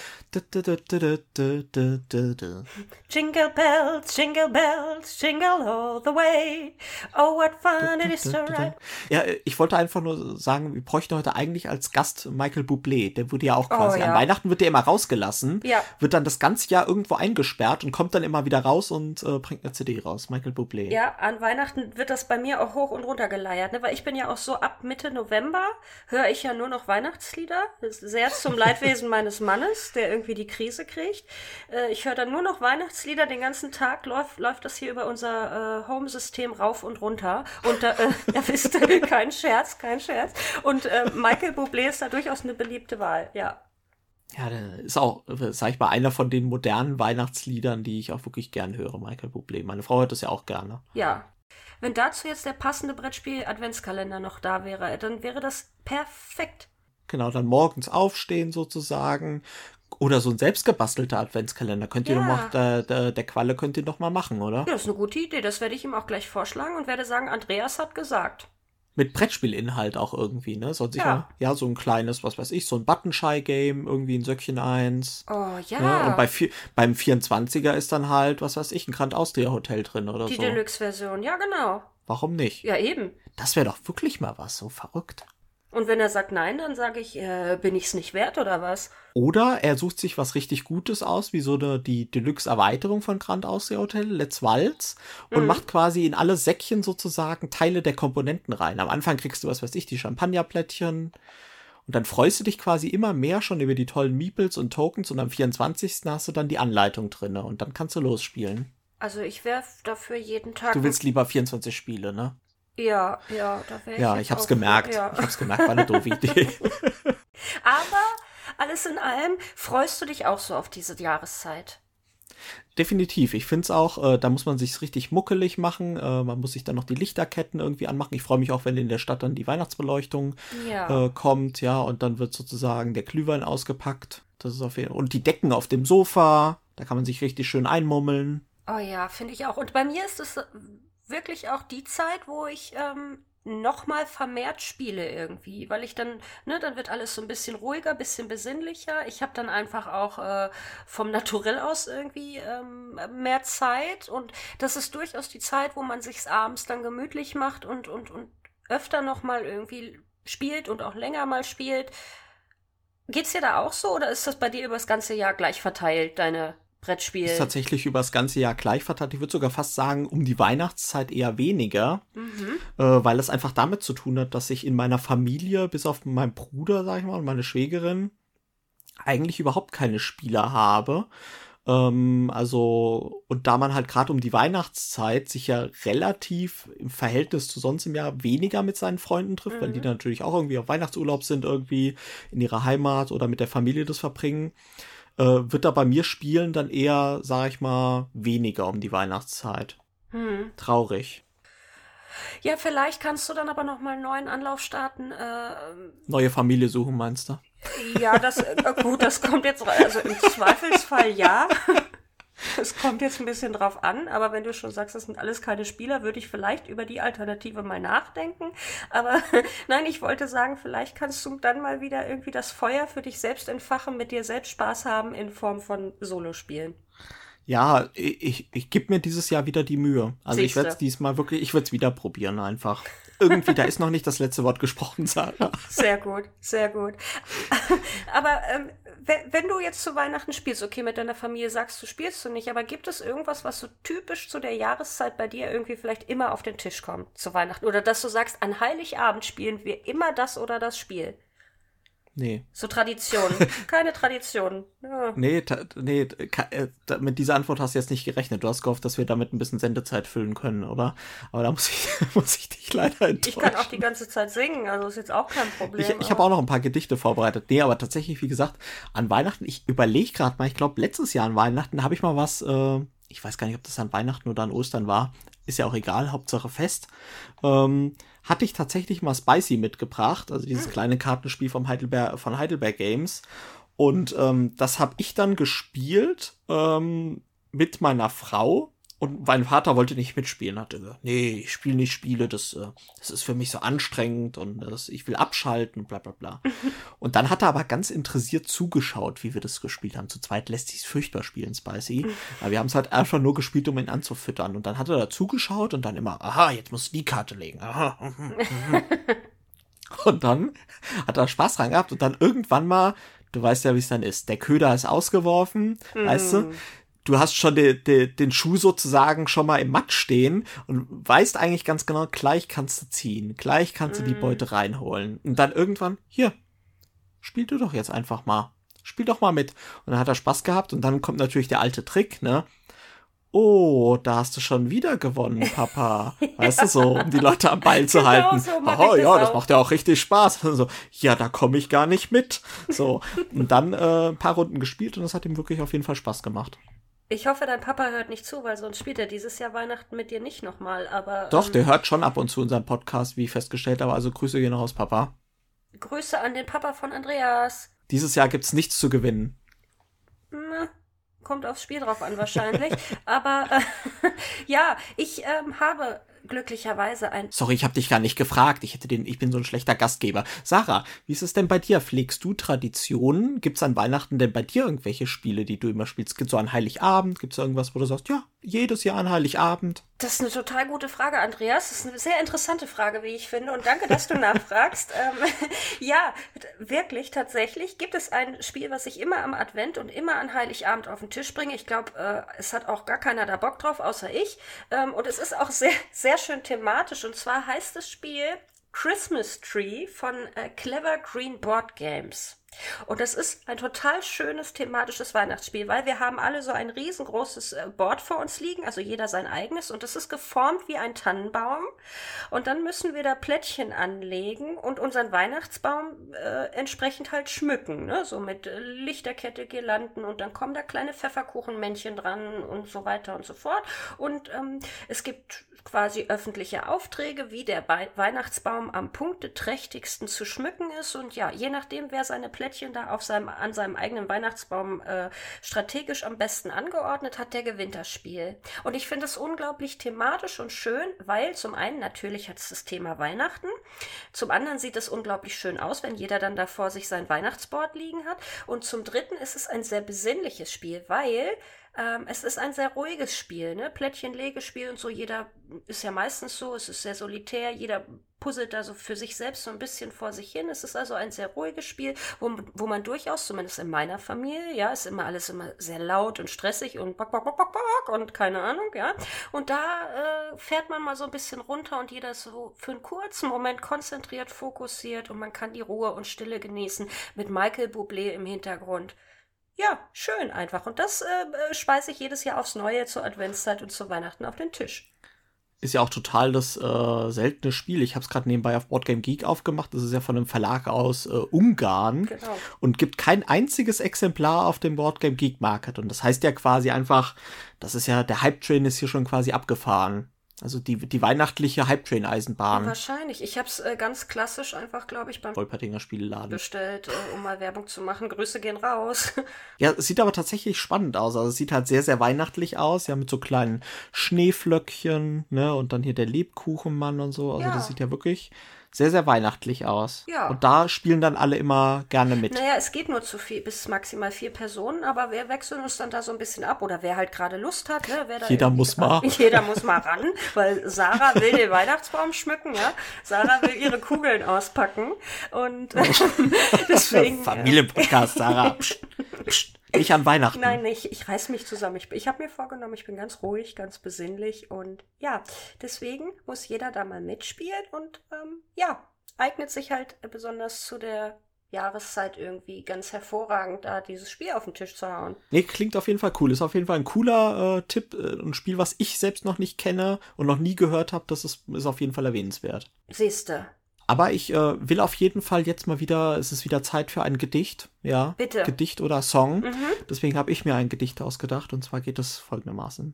Jingle bells, jingle bells, jingle all the way. Oh, what fun it is to ride. Ja, ich wollte einfach nur sagen, wir bräuchten heute eigentlich als Gast Michael Bublé. Der wurde ja auch quasi, Oh, ja. an Weihnachten wird der immer rausgelassen, Ja. wird dann das ganze Jahr irgendwo eingesperrt und kommt dann immer wieder raus und äh, bringt eine C D raus. Michael Bublé. Ja, an Weihnachten wird das bei mir auch hoch und runter geleiert, ne? Weil ich bin ja auch so ab Mitte November höre ich ja nur noch Weihnachtslieder. Das ist sehr zum Leidwesen meines Mannes, der irgendwie die Krise kriegt. Äh, ich höre dann nur noch Weihnachtslieder. Den ganzen Tag läuft, läuft das hier über unser äh, Home-System rauf und runter. Und da, äh, ihr wisst, kein Scherz, kein Scherz. Und äh, Michael Bublé ist da durchaus eine beliebte Wahl, ja. Ja, der ist auch, äh, sag ich mal, einer von den modernen Weihnachtsliedern, die ich auch wirklich gern höre, Michael Bublé. Meine Frau hört das ja auch gerne. Ja. Wenn dazu jetzt der passende Brettspiel-Adventskalender noch da wäre, dann wäre das perfekt. Genau, dann morgens aufstehen sozusagen. Oder so ein selbstgebastelter Adventskalender. Könnt ihr Ja. doch mal, der, der, der Qualle könnt ihr doch mal machen, oder? Ja, das ist eine gute Idee. Das werde ich ihm auch gleich vorschlagen und werde sagen, Andreas hat gesagt. Mit Brettspielinhalt auch irgendwie, ne? Soll sicher, Ja. ja. so ein kleines, was weiß ich, so ein Buttonschei-Game, irgendwie ein Söckchen eins. Oh ja, Ne? Und bei vi- beim vierundzwanziger ist dann halt, was weiß ich, ein Grand Austria Hotel drin oder die so. Deluxe-Version. Ja, genau. Warum nicht? Ja, eben. Das wäre doch wirklich mal was, so verrückt. Und wenn er sagt nein, dann sage ich, äh, bin ich's nicht wert oder was? Oder er sucht sich was richtig Gutes aus, wie so eine, die Deluxe-Erweiterung von Grand Austria Hotel, Let's Waltz, und Mhm. macht quasi in alle Säckchen sozusagen Teile der Komponenten rein. Am Anfang kriegst du, was weiß ich, die Champagnerplättchen. Und dann freust du dich quasi immer mehr schon über die tollen Meeples und Tokens und am vierundzwanzigsten hast du dann die Anleitung drinne und dann kannst du losspielen. Also ich wäre dafür jeden Tag... Du willst lieber vierundzwanzig Spiele, ne? Ja, ja, da wäre ich Ja, jetzt ich hab's auch- gemerkt. Ja. Ich hab's gemerkt, war eine doofe Idee. Aber alles in allem freust du dich auch so auf diese Jahreszeit. Definitiv. Ich finde es auch, äh, da muss man sich richtig muckelig machen. Äh, man muss sich dann noch die Lichterketten irgendwie anmachen. Ich freue mich auch, wenn in der Stadt dann die Weihnachtsbeleuchtung Ja. äh, kommt, ja, und dann wird sozusagen der Glühwein ausgepackt. Das ist auf jeden Fall. Und die Decken auf dem Sofa, da kann man sich richtig schön einmummeln. Oh ja, finde ich auch. Und bei mir ist es wirklich auch die Zeit, wo ich ähm, nochmal vermehrt spiele irgendwie, weil ich dann, ne, dann wird alles so ein bisschen ruhiger, bisschen besinnlicher. Ich habe dann einfach auch äh, vom Naturell aus irgendwie ähm, mehr Zeit und das ist durchaus die Zeit, wo man sich's abends dann gemütlich macht und, und, und öfter nochmal irgendwie spielt und auch länger mal spielt. Geht's dir da auch so oder ist das bei dir über das ganze Jahr gleich verteilt, deine Brettspiel? Ist tatsächlich über das ganze Jahr gleich verteilt. Ich würde sogar fast sagen, um die Weihnachtszeit eher weniger, mhm. äh, weil es einfach damit zu tun hat, dass ich in meiner Familie, bis auf meinen Bruder, sag ich mal, und meine Schwägerin, eigentlich überhaupt keine Spieler habe. Ähm, also, und da man halt gerade um die Weihnachtszeit sich ja relativ im Verhältnis zu sonst im Jahr weniger mit seinen Freunden trifft, mhm. weil die dann natürlich auch irgendwie auf Weihnachtsurlaub sind, irgendwie in ihrer Heimat oder mit der Familie das verbringen, Äh, wird da bei mir Spielen dann eher, sag ich mal, weniger um die Weihnachtszeit. Hm. Traurig. Ja, vielleicht kannst du dann aber noch mal einen neuen Anlauf starten. Äh, Neue Familie suchen, meinst du? Ja, das, äh, gut, das kommt jetzt, also im Zweifelsfall ja. Es kommt jetzt ein bisschen drauf an, aber wenn du schon sagst, das sind alles keine Spieler, würde ich vielleicht über die Alternative mal nachdenken. Aber nein, ich wollte sagen, vielleicht kannst du dann mal wieder irgendwie das Feuer für dich selbst entfachen, mit dir selbst Spaß haben in Form von Solospielen. Ja, ich, ich, ich gebe mir dieses Jahr wieder die Mühe. Also Siehste. Ich werde es diesmal wirklich, ich werde es wieder probieren einfach. Irgendwie, da ist noch nicht das letzte Wort gesprochen, Sarah. Sehr gut, sehr gut. Aber ähm, wenn, wenn du jetzt zu Weihnachten spielst, okay, mit deiner Familie sagst du, spielst du nicht, aber gibt es irgendwas, was so typisch zu der Jahreszeit bei dir irgendwie vielleicht immer auf den Tisch kommt zu Weihnachten? Oder dass du sagst, an Heiligabend spielen wir immer das oder das Spiel? Nee. So Tradition. Keine Tradition. Ja. Nee, ta- nee ka- äh, da, mit dieser Antwort hast du jetzt nicht gerechnet. Du hast gehofft, dass wir damit ein bisschen Sendezeit füllen können, oder? Aber da muss ich, muss ich dich leider enttäuschen. Ich kann auch die ganze Zeit singen, also ist jetzt auch kein Problem. Ich, ich habe auch noch ein paar Gedichte vorbereitet. Nee, aber tatsächlich, wie gesagt, an Weihnachten, ich überlege gerade mal, ich glaube, letztes Jahr an Weihnachten habe ich mal was, äh, ich weiß gar nicht, ob das an Weihnachten oder an Ostern war, ist ja auch egal, Hauptsache Fest, ähm, hatte ich tatsächlich mal Spicy mitgebracht, also dieses kleine Kartenspiel vom Heidelberg, von Heidelberg Games. Und ähm, das habe ich dann gespielt ähm, mit meiner Frau. Und mein Vater wollte nicht mitspielen, hatte gesagt, nee, ich spiele nicht Spiele, das, äh, das ist für mich so anstrengend und das, ich will abschalten, bla bla bla. Und dann hat er aber ganz interessiert zugeschaut, wie wir das gespielt haben. Zu zweit lässt sich es furchtbar spielen, Spicy. Aber wir haben es halt einfach nur gespielt, um ihn anzufüttern. Und dann hat er da zugeschaut und dann immer, aha, jetzt musst du die Karte legen. Aha. Und dann hat er Spaß dran gehabt und dann irgendwann mal, du weißt ja, wie es dann ist, der Köder ist ausgeworfen, mm. weißt du? Du hast schon de, de, den Schuh sozusagen schon mal im Matt stehen und weißt eigentlich ganz genau, gleich kannst du ziehen, gleich kannst du mm. die Beute reinholen. Und dann irgendwann, hier, spiel du doch jetzt einfach mal. Spiel doch mal mit. Und dann hat er Spaß gehabt und dann kommt natürlich der alte Trick, ne? Oh, da hast du schon wieder gewonnen, Papa. Weißt du, so, um die Leute am Ball zu halten. So oh ja, auch. Das macht ja auch richtig Spaß. So, ja, da komme ich gar nicht mit. So, und dann äh, ein paar Runden gespielt und das hat ihm wirklich auf jeden Fall Spaß gemacht. Ich hoffe, dein Papa hört nicht zu, weil sonst spielt er dieses Jahr Weihnachten mit dir nicht nochmal, aber... Doch, ähm, der hört schon ab und zu unseren Podcast, wie ich festgestellt habe. Also Grüße gehen raus, Papa. Grüße an den Papa von Andreas. Dieses Jahr gibt's nichts zu gewinnen. Na, kommt aufs Spiel drauf an wahrscheinlich. Aber äh, ja, ich ähm, habe glücklicherweise ein... Sorry, ich habe dich gar nicht gefragt. Ich hätte den, ich bin so ein schlechter Gastgeber. Sarah, wie ist es denn bei dir? Pflegst du Traditionen? Gibt's an Weihnachten denn bei dir irgendwelche Spiele, die du immer spielst? Gibt's so an Heiligabend? Gibt's irgendwas, wo du sagst, ja, jedes Jahr an Heiligabend? Das ist eine total gute Frage, Andreas. Das ist eine sehr interessante Frage, wie ich finde. Und danke, dass du nachfragst. ähm, ja, wirklich, tatsächlich gibt es ein Spiel, was ich immer am Advent und immer an Heiligabend auf den Tisch bringe. Ich glaube, äh, es hat auch gar keiner da Bock drauf, außer ich. Ähm, und es ist auch sehr, sehr schön thematisch. Und zwar heißt das Spiel Christmas Tree von äh, Clever Green Board Games. Und das ist ein total schönes thematisches Weihnachtsspiel, weil wir haben alle so ein riesengroßes Board vor uns liegen, also jeder sein eigenes, und das ist geformt wie ein Tannenbaum. Und dann müssen wir da Plättchen anlegen und unseren Weihnachtsbaum äh, entsprechend halt schmücken, ne? So mit äh, Lichterkette, Girlanden, und dann kommen da kleine Pfefferkuchenmännchen dran und so weiter und so fort. Und ähm, es gibt quasi öffentliche Aufträge, wie der Be- Weihnachtsbaum am punkteträchtigsten zu schmücken ist. Und ja, je nachdem, wer seine Plättchen da auf seinem, an seinem eigenen Weihnachtsbaum äh, strategisch am besten angeordnet hat, der gewinnt das Spiel. Und ich finde es unglaublich thematisch und schön, weil zum einen natürlich hat es das Thema Weihnachten, zum anderen sieht es unglaublich schön aus, wenn jeder dann da vor sich sein Weihnachtsboard liegen hat, und zum dritten ist es ein sehr besinnliches Spiel, weil ähm, es ist ein sehr ruhiges Spiel, ne? Plättchenlegespiel und so, jeder ist ja meistens so, es ist sehr solitär, jeder puzzelt da so für sich selbst so ein bisschen vor sich hin. Es ist also ein sehr ruhiges Spiel, wo, wo man durchaus, zumindest in meiner Familie, ja, ist immer alles immer sehr laut und stressig und bock, bock, bock, bock, bock und keine Ahnung, ja. Und da äh, fährt man mal so ein bisschen runter und jeder ist so für einen kurzen Moment konzentriert, fokussiert und man kann die Ruhe und Stille genießen mit Michael Bublé im Hintergrund. Ja, schön einfach. Und das äh, speise ich jedes Jahr aufs Neue zur Adventszeit und zu Weihnachten auf den Tisch. Ist ja auch total das äh, seltene Spiel. Ich habe es gerade nebenbei auf Boardgame Geek aufgemacht. Das ist ja von einem Verlag aus äh, Ungarn. Genau. Und gibt kein einziges Exemplar auf dem Boardgame Geek Market. Und das heißt ja quasi einfach, das ist ja, der Hype-Train ist hier schon quasi abgefahren. Also die, die weihnachtliche Hype-Train-Eisenbahn. Wahrscheinlich. Ich habe es äh, ganz klassisch einfach, glaube ich, beim Wolpertinger Spieleladen bestellt, äh, um mal Werbung zu machen. Grüße gehen raus. Ja, es sieht aber tatsächlich spannend aus. Also es sieht halt sehr, sehr weihnachtlich aus. Ja, mit so kleinen Schneeflöckchen, ne? Und dann hier der Lebkuchenmann und so. Also Ja. das sieht ja wirklich sehr, sehr weihnachtlich aus. Ja. Und da spielen dann alle immer gerne mit. Naja, es geht nur zu viel, bis maximal vier Personen, aber wir wechseln uns dann da so ein bisschen ab. Oder wer halt gerade Lust hat, ne? Wer da Jeder irgendwie muss dran- mal. Jeder muss mal ran, weil Sarah will den Weihnachtsbaum schmücken, ja. Sarah will ihre Kugeln auspacken. Und deswegen. Familienpodcast, Sarah. Psst, psst. Nicht an Weihnachten. Nein, nicht. Ich reiß mich zusammen. Ich, ich habe mir vorgenommen, ich bin ganz ruhig, ganz besinnlich und ja, deswegen muss jeder da mal mitspielen und ähm, ja, eignet sich halt besonders zu der Jahreszeit irgendwie ganz hervorragend, da dieses Spiel auf den Tisch zu hauen. Nee, klingt auf jeden Fall cool. Ist auf jeden Fall ein cooler äh, Tipp. Äh, ein Spiel, was ich selbst noch nicht kenne und noch nie gehört habe. Das ist, ist auf jeden Fall erwähnenswert. Siehste. Aber ich äh, will auf jeden Fall jetzt mal wieder, es ist wieder Zeit für ein Gedicht, ja. Bitte. Gedicht oder Song. Mhm. Deswegen habe ich mir ein Gedicht ausgedacht und zwar geht es folgendermaßen.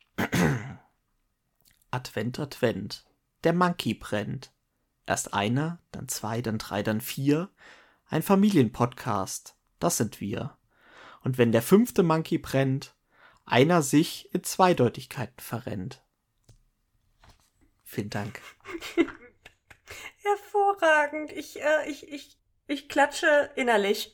Advent, Advent, der Monkey brennt. Erst einer, dann zwei, dann drei, dann vier. Ein Familienpodcast, das sind wir. Und wenn der fünfte Monkey brennt, einer sich in Zweideutigkeiten verrennt. Vielen Dank. Hervorragend. Ich, äh, ich, ich, ich klatsche innerlich.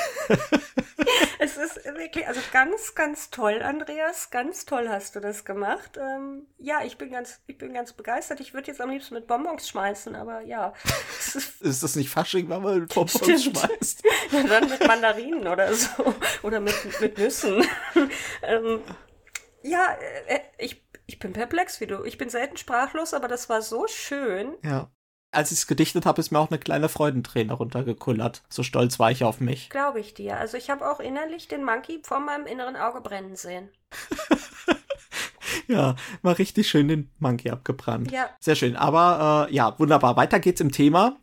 Es ist wirklich, also ganz, ganz toll, Andreas. Ganz toll hast du das gemacht. Ähm, ja, ich bin ganz, ich bin ganz begeistert. Ich würde jetzt am liebsten mit Bonbons schmeißen, aber ja. Es ist, Ist das nicht Fasching, wenn man mit Bonbons Stimmt. schmeißt? ja, dann mit Mandarinen oder so. Oder mit, mit Nüssen. ähm, ja, äh, ich, ich bin perplex wie du. Ich bin selten sprachlos, aber das war so schön. Ja. Als ich es gedichtet habe, ist mir auch eine kleine Freudenträne runtergekullert. So stolz war ich auf mich. Glaube ich dir. Also ich habe auch innerlich den Monkey vor meinem inneren Auge brennen sehen. Ja, mal richtig schön den Monkey abgebrannt. Ja. Sehr schön. Aber äh, ja, wunderbar. Weiter geht's im Thema.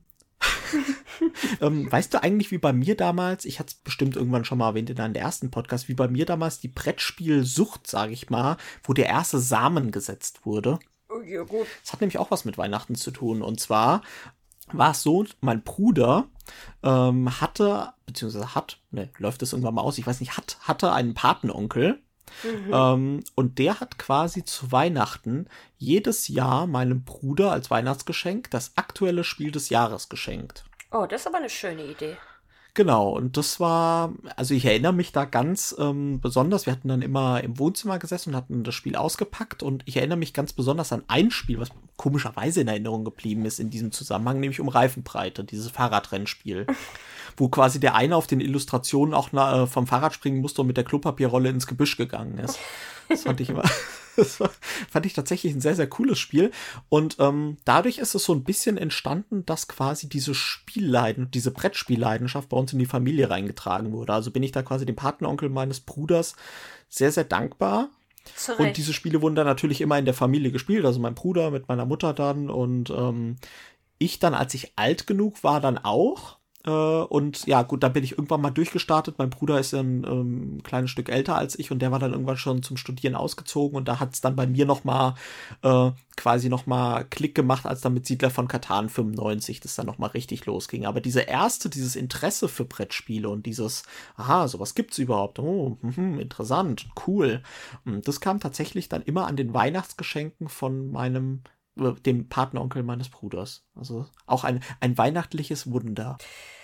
ähm, weißt du eigentlich, wie bei mir damals, ich hatte es bestimmt irgendwann schon mal erwähnt in einem der ersten Podcasts, wie bei mir damals die Brettspielsucht, sage ich mal, wo der erste Samen gesetzt wurde? Oh, ja, gut. Das hat nämlich auch was mit Weihnachten zu tun. Und zwar war es so, mein Bruder ähm, hatte, beziehungsweise hat, ne, läuft das irgendwann mal aus, ich weiß nicht, hat, hatte einen Patenonkel. Mhm. Ähm, und der hat quasi zu Weihnachten jedes Jahr meinem Bruder als Weihnachtsgeschenk das aktuelle Spiel des Jahres geschenkt. Oh, das ist aber eine schöne Idee. Genau, und das war, also ich erinnere mich da ganz ähm, besonders, wir hatten dann immer im Wohnzimmer gesessen und hatten das Spiel ausgepackt und ich erinnere mich ganz besonders an ein Spiel, was komischerweise in Erinnerung geblieben ist in diesem Zusammenhang, nämlich um Reifenbreite, dieses Fahrradrennspiel, wo quasi der eine auf den Illustrationen auch na, äh, vom Fahrrad springen musste und mit der Klopapierrolle ins Gebüsch gegangen ist. Das fand ich immer... Das war, fand ich tatsächlich ein sehr, sehr cooles Spiel. Und ähm, dadurch ist es so ein bisschen entstanden, dass quasi diese Spielleiden, diese Brettspielleidenschaft bei uns in die Familie reingetragen wurde. Also bin ich da quasi dem Patenonkel meines Bruders sehr, sehr dankbar. Zurecht. Und diese Spiele wurden dann natürlich immer in der Familie gespielt. Also mein Bruder mit meiner Mutter dann. Und ähm, ich dann, als ich alt genug war, dann auch. Äh, und ja, gut, da bin ich irgendwann mal durchgestartet. Mein Bruder ist ein ähm, kleines Stück älter als ich und der war dann irgendwann schon zum Studieren ausgezogen und da hat es dann bei mir noch mal äh, quasi noch mal Klick gemacht, als dann mit Siedler von Catan fünfundneunzig das dann noch mal richtig losging. Aber diese erste, dieses Interesse für Brettspiele und dieses, aha, sowas gibt's überhaupt, oh, mh, interessant, cool. Und das kam tatsächlich dann immer an den Weihnachtsgeschenken von meinem dem Patenonkel meines Bruders. Also auch ein, ein weihnachtliches Wunder.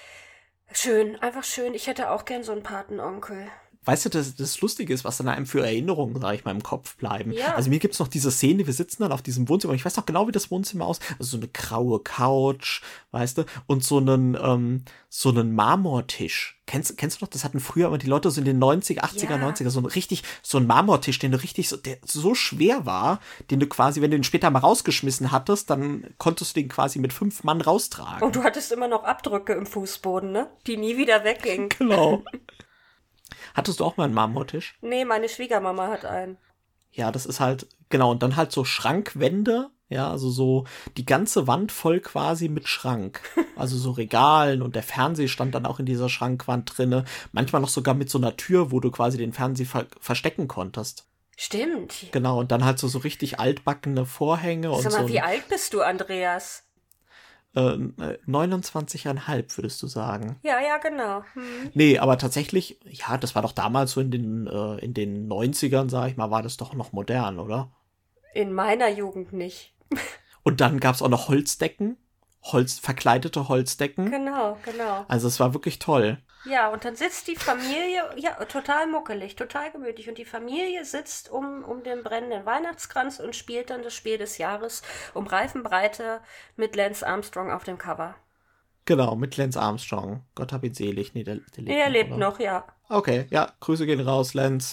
Schön, einfach schön. Ich hätte auch gern so einen Patenonkel. Weißt du, das, das Lustige ist, was dann einem für Erinnerungen, sag ich mal, im Kopf bleiben. Ja. Also mir gibt's noch diese Szene, wir sitzen dann auf diesem Wohnzimmer, und ich weiß noch genau, wie das Wohnzimmer aus, also so eine graue Couch, weißt du, und so einen, ähm, so einen Marmortisch. Kennst, kennst du noch, das hatten früher immer die Leute so in den neunziger, achtziger, Ja. neunziger, so ein richtig, so ein Marmortisch, den du richtig, so, der so schwer war, den du quasi, wenn du ihn später mal rausgeschmissen hattest, dann konntest du den quasi mit fünf Mann raustragen. Und du hattest immer noch Abdrücke im Fußboden, ne? Die nie wieder weggingen. Genau. Hattest du auch mal einen Marmortisch? Nee, meine Schwiegermama hat einen. Ja, das ist halt, genau, und dann halt so Schrankwände, ja, also so die ganze Wand voll quasi mit Schrank. Also so Regalen und der Fernseher stand dann auch in dieser Schrankwand drinne. Manchmal noch sogar mit so einer Tür, wo du quasi den Fernseher ver- verstecken konntest. Stimmt. Genau, und dann halt so, so richtig altbackene Vorhänge und Sag mal, so. wie alt bist du, Andreas? Äh, neunundzwanzig Komma fünf, würdest du sagen. Ja, ja, genau. Hm. Nee, aber tatsächlich, ja, das war doch damals so in den, äh, in den neunzigern, sag ich mal, war das doch noch modern, oder? In meiner Jugend nicht. Und dann gab's auch noch Holzdecken, Holz, verkleidete Holzdecken. Genau, genau. Also es war wirklich toll. Ja, und dann sitzt die Familie, ja, total muckelig, total gemütlich. Und die Familie sitzt um, um den brennenden Weihnachtskranz und spielt dann das Spiel des Jahres um Reifenbreite mit Lance Armstrong auf dem Cover. Genau, mit Lance Armstrong. Gott hab ihn selig. Nee, der, der lebt Er noch, lebt oder? noch, ja. Okay, ja, Grüße gehen raus, Lance.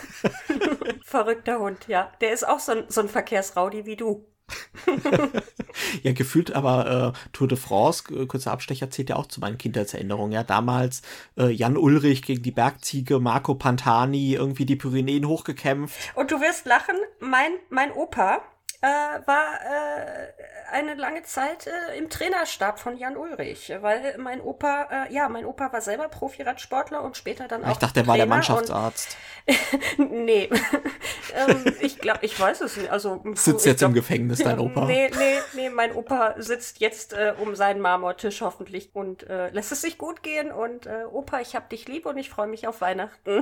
Verrückter Hund, ja. Der ist auch so ein, so ein Verkehrsraudi wie du. Ja, gefühlt aber äh, Tour de France, äh, kurzer Abstecher, zählt ja auch zu meinen Kindheitserinnerungen. Ja, damals äh, Jan Ullrich gegen die Bergziege, Marco Pantani, irgendwie die Pyrenäen hochgekämpft. Und du wirst lachen, mein, mein Opa äh, war äh, eine lange Zeit äh, im Trainerstab von Jan Ullrich, weil mein Opa, äh, ja, mein Opa war selber Profi-Radsportler und später dann auch Ich dachte, der war der Trainer Mannschaftsarzt. und nee, ähm, ich glaube, ich weiß es nicht. Also Sitzt ich jetzt glaub, im Gefängnis, dein Opa. Nee, nee, nee, mein Opa sitzt jetzt äh, um seinen Marmortisch hoffentlich und äh, lässt es sich gut gehen und äh, Opa, ich hab dich lieb und ich freue mich auf Weihnachten.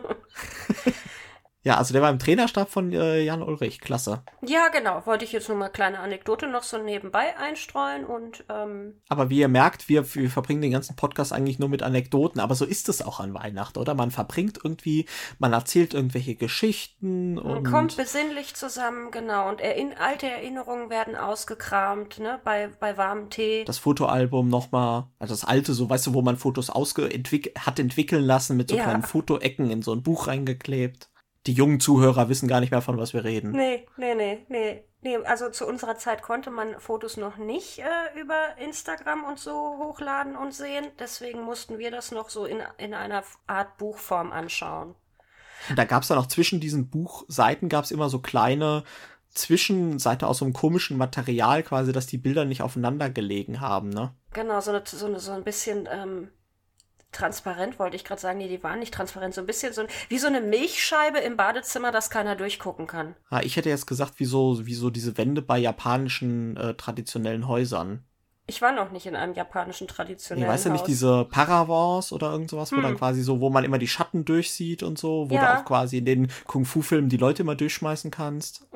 Ja, also der war im Trainerstab von äh, Jan Ullrich. Klasse. Ja, genau. Wollte ich jetzt nur mal kleine Anekdote noch so nebenbei einstreuen und ähm, Aber wie ihr merkt, wir, wir verbringen den ganzen Podcast eigentlich nur mit Anekdoten. Aber so ist es auch an Weihnachten, oder? Man verbringt irgendwie, man erzählt irgendwelche Geschichten und man kommt besinnlich zusammen, genau. Und Erinn- alte Erinnerungen werden ausgekramt, ne, bei, bei warmem Tee. das Fotoalbum nochmal, also das alte, so weißt du, wo man Fotos ausge entwick- hat entwickeln lassen, mit so Ja. kleinen Fotoecken in so ein Buch reingeklebt. Die jungen Zuhörer wissen gar nicht mehr, von was wir reden. Nee, nee, nee, nee. Nee, also zu unserer Zeit konnte man Fotos noch nicht äh, über Instagram und so hochladen und sehen. Deswegen mussten wir das noch so in, in einer Art Buchform anschauen. Und da gab's dann auch zwischen diesen Buchseiten gab's immer so kleine Zwischenseite aus so einem komischen Material quasi, dass die Bilder nicht aufeinander gelegen haben, ne? Genau, so, eine, so, eine, so ein bisschen ähm, transparent, wollte ich gerade sagen. Nee, die waren nicht transparent. So ein bisschen so ein, wie so eine Milchscheibe im Badezimmer, dass keiner durchgucken kann. Ah, ich hätte jetzt gesagt, wie so, wie so diese Wände bei japanischen äh, traditionellen Häusern. Ich war noch nicht in einem japanischen Nee, traditionellen weißt du nicht, Haus. diese Paravents oder irgend sowas, wo Hm. dann quasi so, wo man immer die Schatten durchsieht und so, wo Ja. du auch quasi in den Kung-Fu-Filmen die Leute immer durchschmeißen kannst.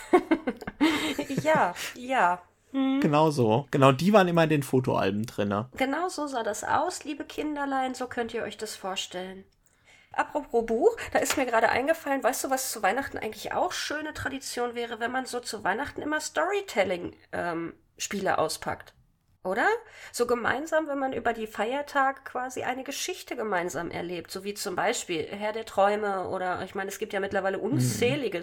Ja, ja. Hm. Genau so. Genau, die waren immer in den Fotoalben drinne. Genau so sah das aus, liebe Kinderlein, so könnt ihr euch das vorstellen. Apropos Buch, da ist mir gerade eingefallen, weißt du, was zu Weihnachten eigentlich auch schöne Tradition wäre, wenn man so zu Weihnachten immer Storytelling-Spiele auspackt, oder? So gemeinsam, wenn man über die Feiertage quasi eine Geschichte gemeinsam erlebt, so wie zum Beispiel Herr der Träume oder, ich meine, es gibt ja mittlerweile unzählige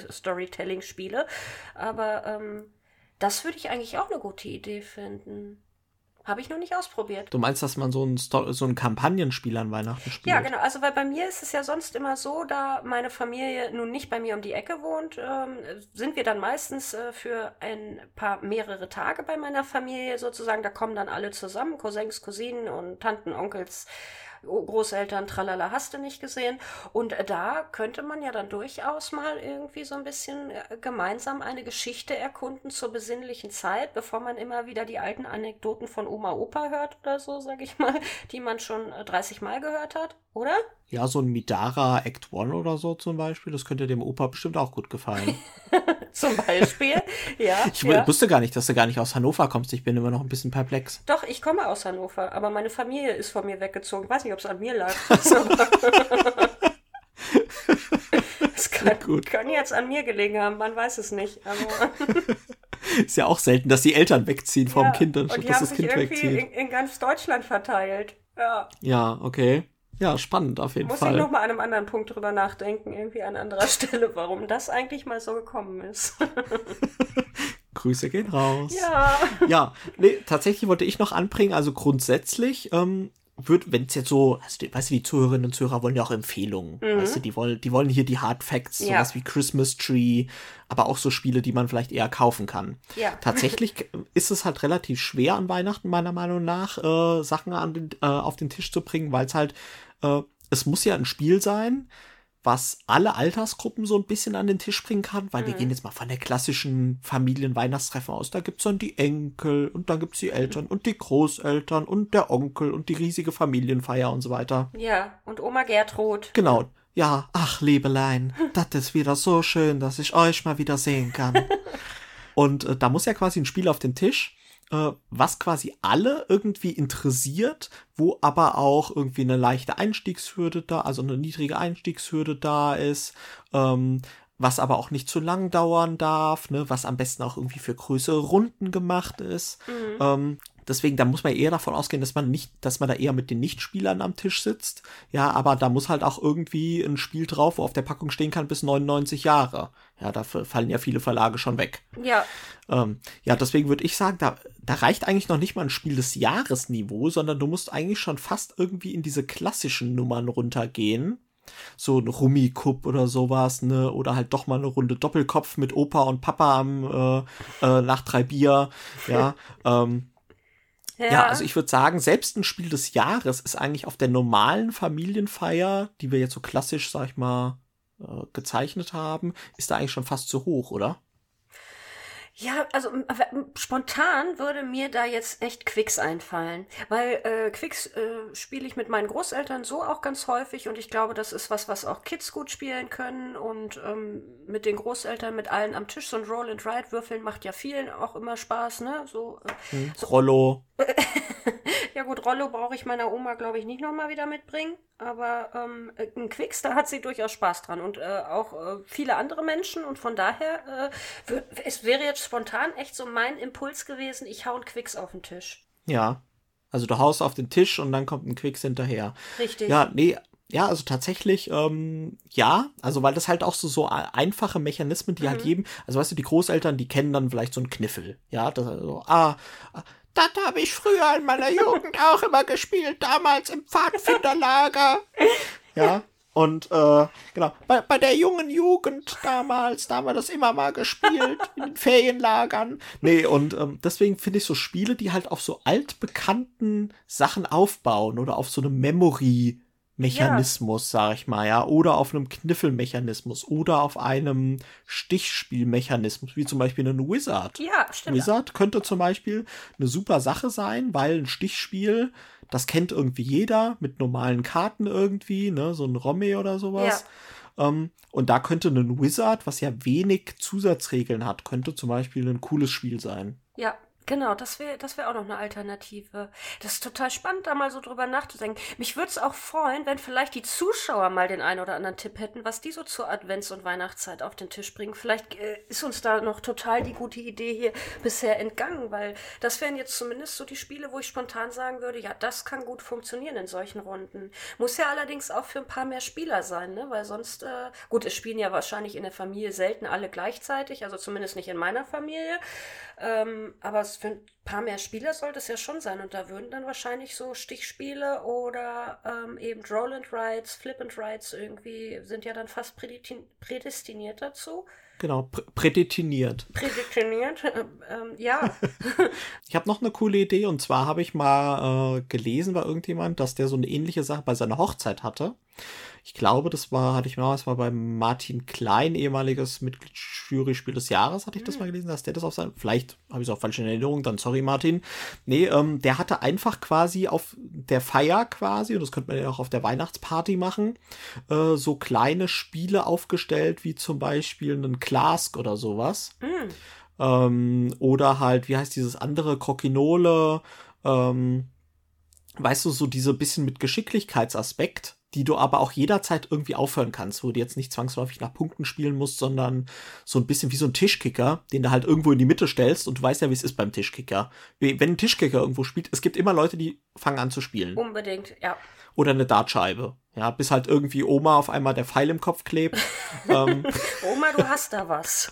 Storytelling-Spiele, aber ähm, das würde ich eigentlich auch eine gute Idee finden. habe ich noch nicht ausprobiert. Du meinst, dass man so ein, Sto- so ein Kampagnenspiel an Weihnachten spielt? Ja, genau. Also, weil bei mir ist es ja sonst immer so, da meine Familie nun nicht bei mir um die Ecke wohnt, ähm, sind wir dann meistens äh, für ein paar mehrere Tage bei meiner Familie sozusagen. Da kommen dann alle zusammen, Cousins, Cousinen und Tanten, Onkels, Großeltern, tralala, hast du nicht gesehen. Und äh, da könnte man ja dann durchaus mal irgendwie so ein bisschen äh, gemeinsam eine Geschichte erkunden zur besinnlichen Zeit, bevor man immer wieder die alten Anekdoten von Oma, Opa hört oder so, sag ich mal, die man schon äh, dreißig Mal gehört hat, oder? Ja, so ein Midara Act One oder so zum Beispiel, das könnte dem Opa bestimmt auch gut gefallen. Zum Beispiel, ja. Ich ja. wusste gar nicht, dass du gar nicht aus Hannover kommst. Ich bin immer noch ein bisschen perplex. Doch, ich komme aus Hannover, aber meine Familie ist von mir weggezogen. Weiß nicht, ob es an mir lag. Es kann, Gut. kann jetzt an mir gelegen haben, man weiß es nicht. Aber ist ja auch selten, dass die Eltern wegziehen vom ja, Kind, und anstatt die dass haben das sich Kind irgendwie wegzieht. in, in ganz Deutschland verteilt. Ja. Ja, okay. Ja, spannend auf jeden Muss Fall. ich noch mal an einem anderen Punkt drüber nachdenken, irgendwie an anderer Stelle, warum das eigentlich mal so gekommen ist. Grüße gehen raus. Ja. Ja, nee, tatsächlich wollte ich noch anbringen, also grundsätzlich ähm, wird, wenn es jetzt so, also die, weißt du, die Zuhörerinnen und Zuhörer wollen ja auch Empfehlungen, Mhm. weißt du, die wollen, die wollen hier die Hard Facts, Ja. sowas wie Christmas Tree, aber auch so Spiele, die man vielleicht eher kaufen kann. Ja. Tatsächlich ist es halt relativ schwer an Weihnachten, meiner Meinung nach, äh, Sachen an den, äh, auf den Tisch zu bringen, weil es halt, äh, es muss ja ein Spiel sein, was alle Altersgruppen so ein bisschen an den Tisch bringen kann, weil wir gehen jetzt mal von der klassischen Familienweihnachtstreffen aus. Da gibt's dann die Enkel und dann gibt's die Eltern und die Großeltern und der Onkel und die riesige Familienfeier und so weiter. Ja, und Oma Gertrud. Genau. Ja, ach, Liebelein, das ist wieder so schön, dass ich euch mal wieder sehen kann. Und äh, da muss ja quasi ein Spiel auf den Tisch, äh, was quasi alle irgendwie interessiert, wo aber auch irgendwie eine leichte Einstiegshürde da, also eine niedrige Einstiegshürde da ist, ähm, was aber auch nicht zu lang dauern darf, ne, was am besten auch irgendwie für größere Runden gemacht ist. Mhm. Ähm, deswegen, da muss man eher davon ausgehen, dass man nicht, dass man da eher mit den Nichtspielern am Tisch sitzt. Ja, aber da muss halt auch irgendwie ein Spiel drauf, wo auf der Packung stehen kann bis neunundneunzig Jahre. Ja, dafür fallen ja viele Verlage schon weg. Ja. Ähm, ja, deswegen würde ich sagen, da, da reicht eigentlich noch nicht mal ein Spiel des Jahresniveau, sondern du musst eigentlich schon fast irgendwie in diese klassischen Nummern runtergehen. So ein Rummikub oder sowas, ne? Oder halt doch mal eine Runde Doppelkopf mit Opa und Papa am äh, äh, nach drei Bier. Ja, ähm, Ja, ja, also ich würde sagen, selbst ein Spiel des Jahres ist eigentlich auf der normalen Familienfeier, die wir jetzt so klassisch, sag ich mal, äh, gezeichnet haben, ist da eigentlich schon fast zu hoch, oder? Ja, also m- w- m- spontan würde mir da jetzt echt Quicks einfallen, weil äh, Quicks äh, spiele ich mit meinen Großeltern so auch ganz häufig und ich glaube, das ist was, was auch Kids gut spielen können und ähm, mit den Großeltern, mit allen am Tisch, so ein Roll and Ride würfeln macht ja vielen auch immer Spaß, ne? So, äh, Hm. Rollo. ja gut, Rollo brauche ich meiner Oma, glaube ich, nicht nochmal wieder mitbringen, aber ähm, äh, ein Quicks, da hat sie durchaus Spaß dran und äh, auch äh, viele andere Menschen und von daher, äh, wür- es wäre jetzt spontan echt so mein Impuls gewesen, ich hau einen Quicks auf den Tisch. Ja. Also du haust auf den Tisch und dann kommt ein Quicks hinterher. Richtig. Ja, nee, ja, also tatsächlich, ähm, ja, also weil das halt auch so, so einfache Mechanismen, die halt jedem, also weißt du, die Großeltern, die kennen dann vielleicht so einen Kniffel, ja, das, also, ah, das habe ich früher in meiner Jugend auch immer gespielt, damals im Pfadfinderlager, ja, und, äh, genau, bei, bei der jungen Jugend damals, da haben wir das immer mal gespielt, in den Ferienlagern, nee, und ähm, deswegen finde ich so Spiele, die halt auf so altbekannten Sachen aufbauen oder auf so einem Memory Mechanismus, sag ich mal, ja, oder auf einem Kniffelmechanismus oder auf einem Stichspielmechanismus, wie zum Beispiel einen Wizard. Ja, stimmt. Wizard könnte zum Beispiel eine super Sache sein, weil ein Stichspiel, das kennt irgendwie jeder mit normalen Karten irgendwie, ne, so ein Romme oder sowas. Ähm, und da könnte ein Wizard, was ja wenig Zusatzregeln hat, könnte zum Beispiel ein cooles Spiel sein. Ja, genau, das wäre das wär auch noch eine Alternative. Das ist total spannend, da mal so drüber nachzudenken. Mich würde es auch freuen, wenn vielleicht die Zuschauer mal den einen oder anderen Tipp hätten, was die so zur Advents- und Weihnachtszeit auf den Tisch bringen. Vielleicht äh, ist uns da noch total die gute Idee hier bisher entgangen, weil das wären jetzt zumindest so die Spiele, wo ich spontan sagen würde, ja, das kann gut funktionieren in solchen Runden. Muss ja allerdings auch für ein paar mehr Spieler sein, ne? Weil sonst, äh, gut, es spielen ja wahrscheinlich in der Familie selten alle gleichzeitig, also zumindest nicht in meiner Familie. Ähm, aber was für ein paar mehr Spieler sollte es ja schon sein. Und da würden dann wahrscheinlich so Stichspiele oder ähm, eben Roll and Rides, Flip and Rides irgendwie sind ja dann fast prädestin- prädestiniert dazu. Genau, prä- prädestiniert. Prädestiniert, ähm, ähm, ja. Ich habe noch eine coole Idee und zwar habe ich mal äh, gelesen bei irgendjemand, dass der so eine ähnliche Sache bei seiner Hochzeit hatte. Ich glaube, das war, hatte ich mal, das war bei Martin Klein, ehemaliges Mitglied Jury-Spiel des Jahres, hatte ich das mal gelesen, dass der das auf sein, vielleicht habe ich es auch falsch in Erinnerung, dann sorry Martin. Nee, ähm, der hatte einfach quasi auf der Feier quasi, und das könnte man ja auch auf der Weihnachtsparty machen, äh, so kleine Spiele aufgestellt, wie zum Beispiel einen Clask oder sowas. Mm. Ähm, oder halt, wie heißt dieses andere, Crokinole, ähm, weißt du, so diese bisschen mit Geschicklichkeitsaspekt, die du aber auch jederzeit irgendwie aufhören kannst, wo du jetzt nicht zwangsläufig nach Punkten spielen musst, sondern so ein bisschen wie so ein Tischkicker, den du halt irgendwo in die Mitte stellst und du weißt ja, wie es ist beim Tischkicker. Wenn ein Tischkicker irgendwo spielt, es gibt immer Leute, die fangen an zu spielen. Unbedingt, ja. Oder eine Dartscheibe. Ja, bis halt irgendwie Oma auf einmal der Pfeil im Kopf klebt. ähm, Oma, du hast da was.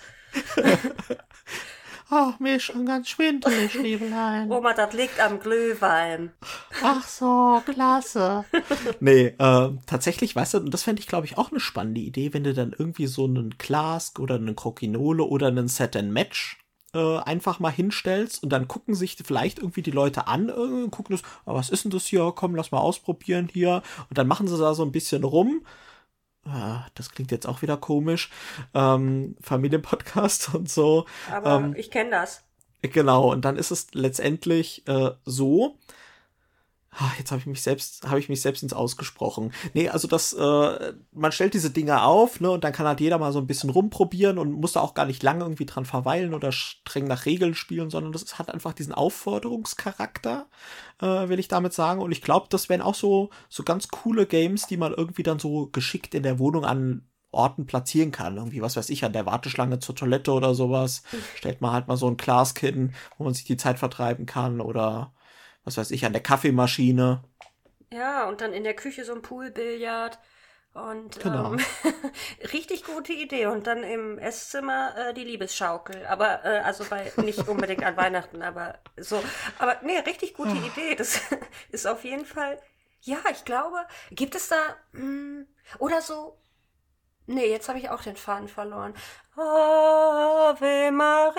Ach, mir ist schon ganz schwindelig, Liebelein. Oma, das liegt am Glühwein. Ach so, klasse. Nee, äh, tatsächlich, weißt du, und das fände ich, glaube ich, auch eine spannende Idee, wenn du dann irgendwie so einen Clask oder einen Crokinole oder einen Set and Match äh, einfach mal hinstellst und dann gucken sich vielleicht irgendwie die Leute an, äh, gucken das, oh, was ist denn das hier? Komm, lass mal ausprobieren hier. Und dann machen sie da so ein bisschen rum. Ah, das klingt jetzt auch wieder komisch. Ähm, Familienpodcast und so. Aber ähm, ich kenne das. Genau, und dann ist es letztendlich äh, so. Ach, jetzt habe ich mich selbst, habe ich mich selbst ins Ausgesprochen. Nee, also das, äh, man stellt diese Dinger auf, ne, und dann kann halt jeder mal so ein bisschen rumprobieren und muss da auch gar nicht lange irgendwie dran verweilen oder streng nach Regeln spielen, sondern das hat einfach diesen Aufforderungscharakter, äh, will ich damit sagen. Und ich glaube, das wären auch so, so ganz coole Games, die man irgendwie dann so geschickt in der Wohnung an Orten platzieren kann. Irgendwie, was weiß ich, an der Warteschlange zur Toilette oder sowas. Stellt man halt mal so ein Clask hin, wo man sich die Zeit vertreiben kann oder was weiß ich, an der Kaffeemaschine. Ja, und dann in der Küche so ein Poolbillard. Und Genau. ähm, richtig gute Idee. Und dann im Esszimmer äh, die Liebesschaukel. Aber, äh, also bei nicht unbedingt an Weihnachten, aber so. Aber nee, richtig gute Idee. Das ist auf jeden Fall. Ja, ich glaube, gibt es da. Mh, oder so. Nee, jetzt habe ich auch den Faden verloren. Ave Maria.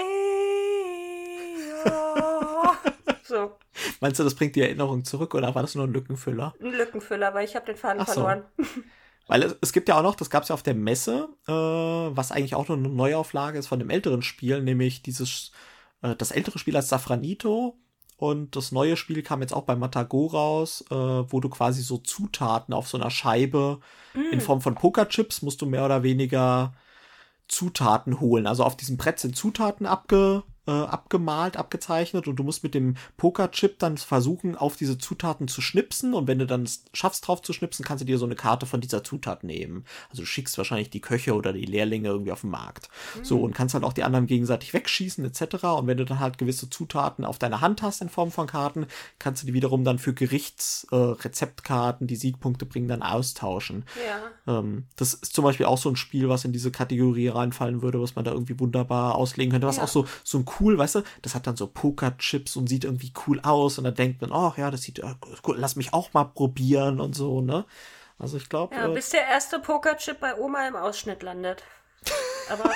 So. Meinst du, das bringt die Erinnerung zurück oder war das nur ein Lückenfüller? Ein Lückenfüller, weil ich habe den Faden Ach so. verloren. Weil es, es gibt ja auch noch, das gab es ja auf der Messe, äh, was eigentlich auch nur eine Neuauflage ist von dem älteren Spiel, nämlich dieses, äh, das ältere Spiel als Safranito und das neue Spiel kam jetzt auch bei Matago raus, äh, wo du quasi so Zutaten auf so einer Scheibe mm. in Form von Pokerchips musst du mehr oder weniger Zutaten holen. Also auf diesem Brett sind Zutaten abge Äh, abgemalt, abgezeichnet und du musst mit dem Pokerchip dann versuchen, auf diese Zutaten zu schnipsen und wenn du dann es schaffst, drauf zu schnipsen, kannst du dir so eine Karte von dieser Zutat nehmen. Also du schickst wahrscheinlich die Köche oder die Lehrlinge irgendwie auf den Markt. Mhm. So, und kannst halt auch die anderen gegenseitig wegschießen et cetera. Und wenn du dann halt gewisse Zutaten auf deiner Hand hast in Form von Karten, kannst du die wiederum dann für Gerichtsrezeptkarten, äh, die Siegpunkte bringen, dann austauschen. Ja. Ähm, das ist zum Beispiel auch so ein Spiel, was in diese Kategorie reinfallen würde, was man da irgendwie wunderbar auslegen könnte, was ja. auch so, so ein cool, weißt du, das hat dann so Pokerchips und sieht irgendwie cool aus und dann denkt man, oh ja, das sieht äh, cool, lass mich auch mal probieren und so, ne? Also ich glaube... Ja, äh, bis der erste Pokerchip bei Oma im Ausschnitt landet. Aber...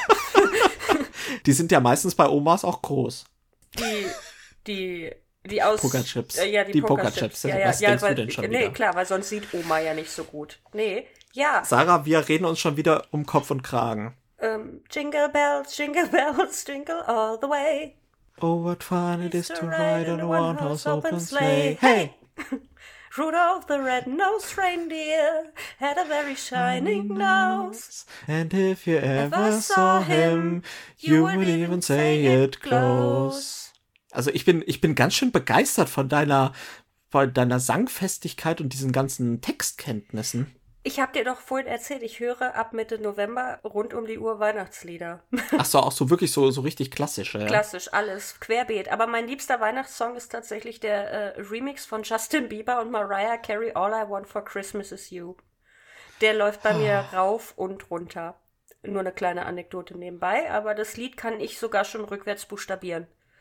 die sind ja meistens bei Omas auch groß. Die, die, die aus... Pokerchips. Äh, ja, die, die Pokerchips. Pokerchips. Ja, ja, was ja, denkst weil, du denn schon nee, wieder? klar, weil sonst sieht Oma ja nicht so gut. Nee, ja. Sarah, wir reden uns schon wieder um Kopf und Kragen. Um, jingle bells, jingle bells, jingle all the way. Oh, what fun it is to ride on a one-horse open sleigh. sleigh. Hey! Rudolph the red-nosed reindeer had a very shining nose. And if you ever saw him, you would even say it close. Also ich bin, ich bin ganz schön begeistert von deiner, von deiner Sangfestigkeit und diesen ganzen Textkenntnissen. Ich habe dir doch vorhin erzählt, ich höre ab Mitte November rund um die Uhr Weihnachtslieder. Ach so, auch so wirklich so, so richtig klassisch, ja. Klassisch, alles, querbeet. Aber mein liebster Weihnachtssong ist tatsächlich der äh, Remix von Justin Bieber und Mariah Carey, All I Want for Christmas is You. Der läuft bei mir rauf und runter. Nur eine kleine Anekdote nebenbei, aber das Lied kann ich sogar schon rückwärts buchstabieren.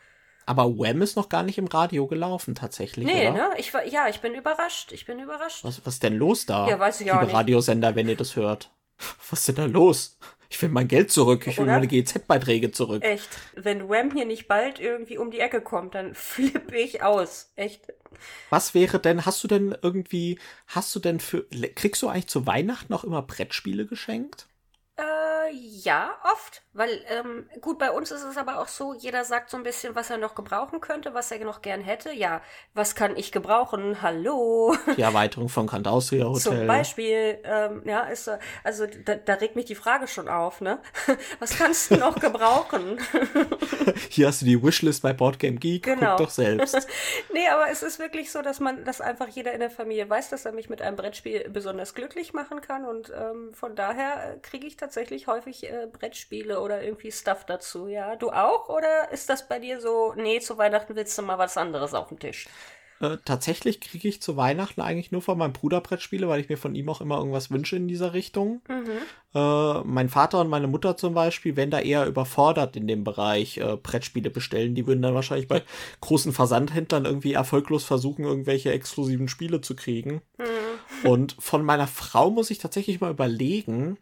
Aber Wham ist noch gar nicht im Radio gelaufen, tatsächlich, Nee, oder? ne? Ich war, ja, ich bin überrascht. Ich bin überrascht. Was, was ist denn los da? Ja, weiß ich auch Liebe nicht. Radiosender, wenn ihr das hört. Was ist denn da los? Ich will mein Geld zurück. Ich will Oder? meine G E Z-Beiträge zurück. Echt. Wenn Wham hier nicht bald irgendwie um die Ecke kommt, dann flippe ich aus. Echt. Was wäre denn, hast du denn irgendwie, hast du denn für, kriegst du eigentlich zu Weihnachten auch immer Brettspiele geschenkt? Äh, ja, oft. Weil, ähm, gut, bei uns ist es aber auch so, jeder sagt so ein bisschen, was er noch gebrauchen könnte, was er noch gern hätte. Ja, was kann ich gebrauchen? Hallo. Die Erweiterung von Grand Austria Hotel. Zum Beispiel, ähm, ja, ist, äh, also da, da regt mich die Frage schon auf, ne? Was kannst du noch gebrauchen? Hier hast du die Wishlist bei Boardgame Geek. Genau. Guck doch selbst. Nee, aber es ist wirklich so, dass man, dass einfach jeder in der Familie weiß, dass er mich mit einem Brettspiel besonders glücklich machen kann und ähm, von daher äh, kriege ich tatsächlich häufig äh, Brettspiele oder irgendwie Stuff dazu, ja. Du auch? Oder ist das bei dir so, nee, zu Weihnachten willst du mal was anderes auf dem Tisch? Äh, tatsächlich kriege ich zu Weihnachten eigentlich nur von meinem Bruder Brettspiele, weil ich mir von ihm auch immer irgendwas wünsche in dieser Richtung. Mhm. Äh, mein Vater und meine Mutter zum Beispiel, wenn da eher überfordert in dem Bereich äh, Brettspiele bestellen, die würden dann wahrscheinlich bei großen Versandhändlern irgendwie erfolglos versuchen, irgendwelche exklusiven Spiele zu kriegen. Mhm. Und von meiner Frau muss ich tatsächlich mal überlegen.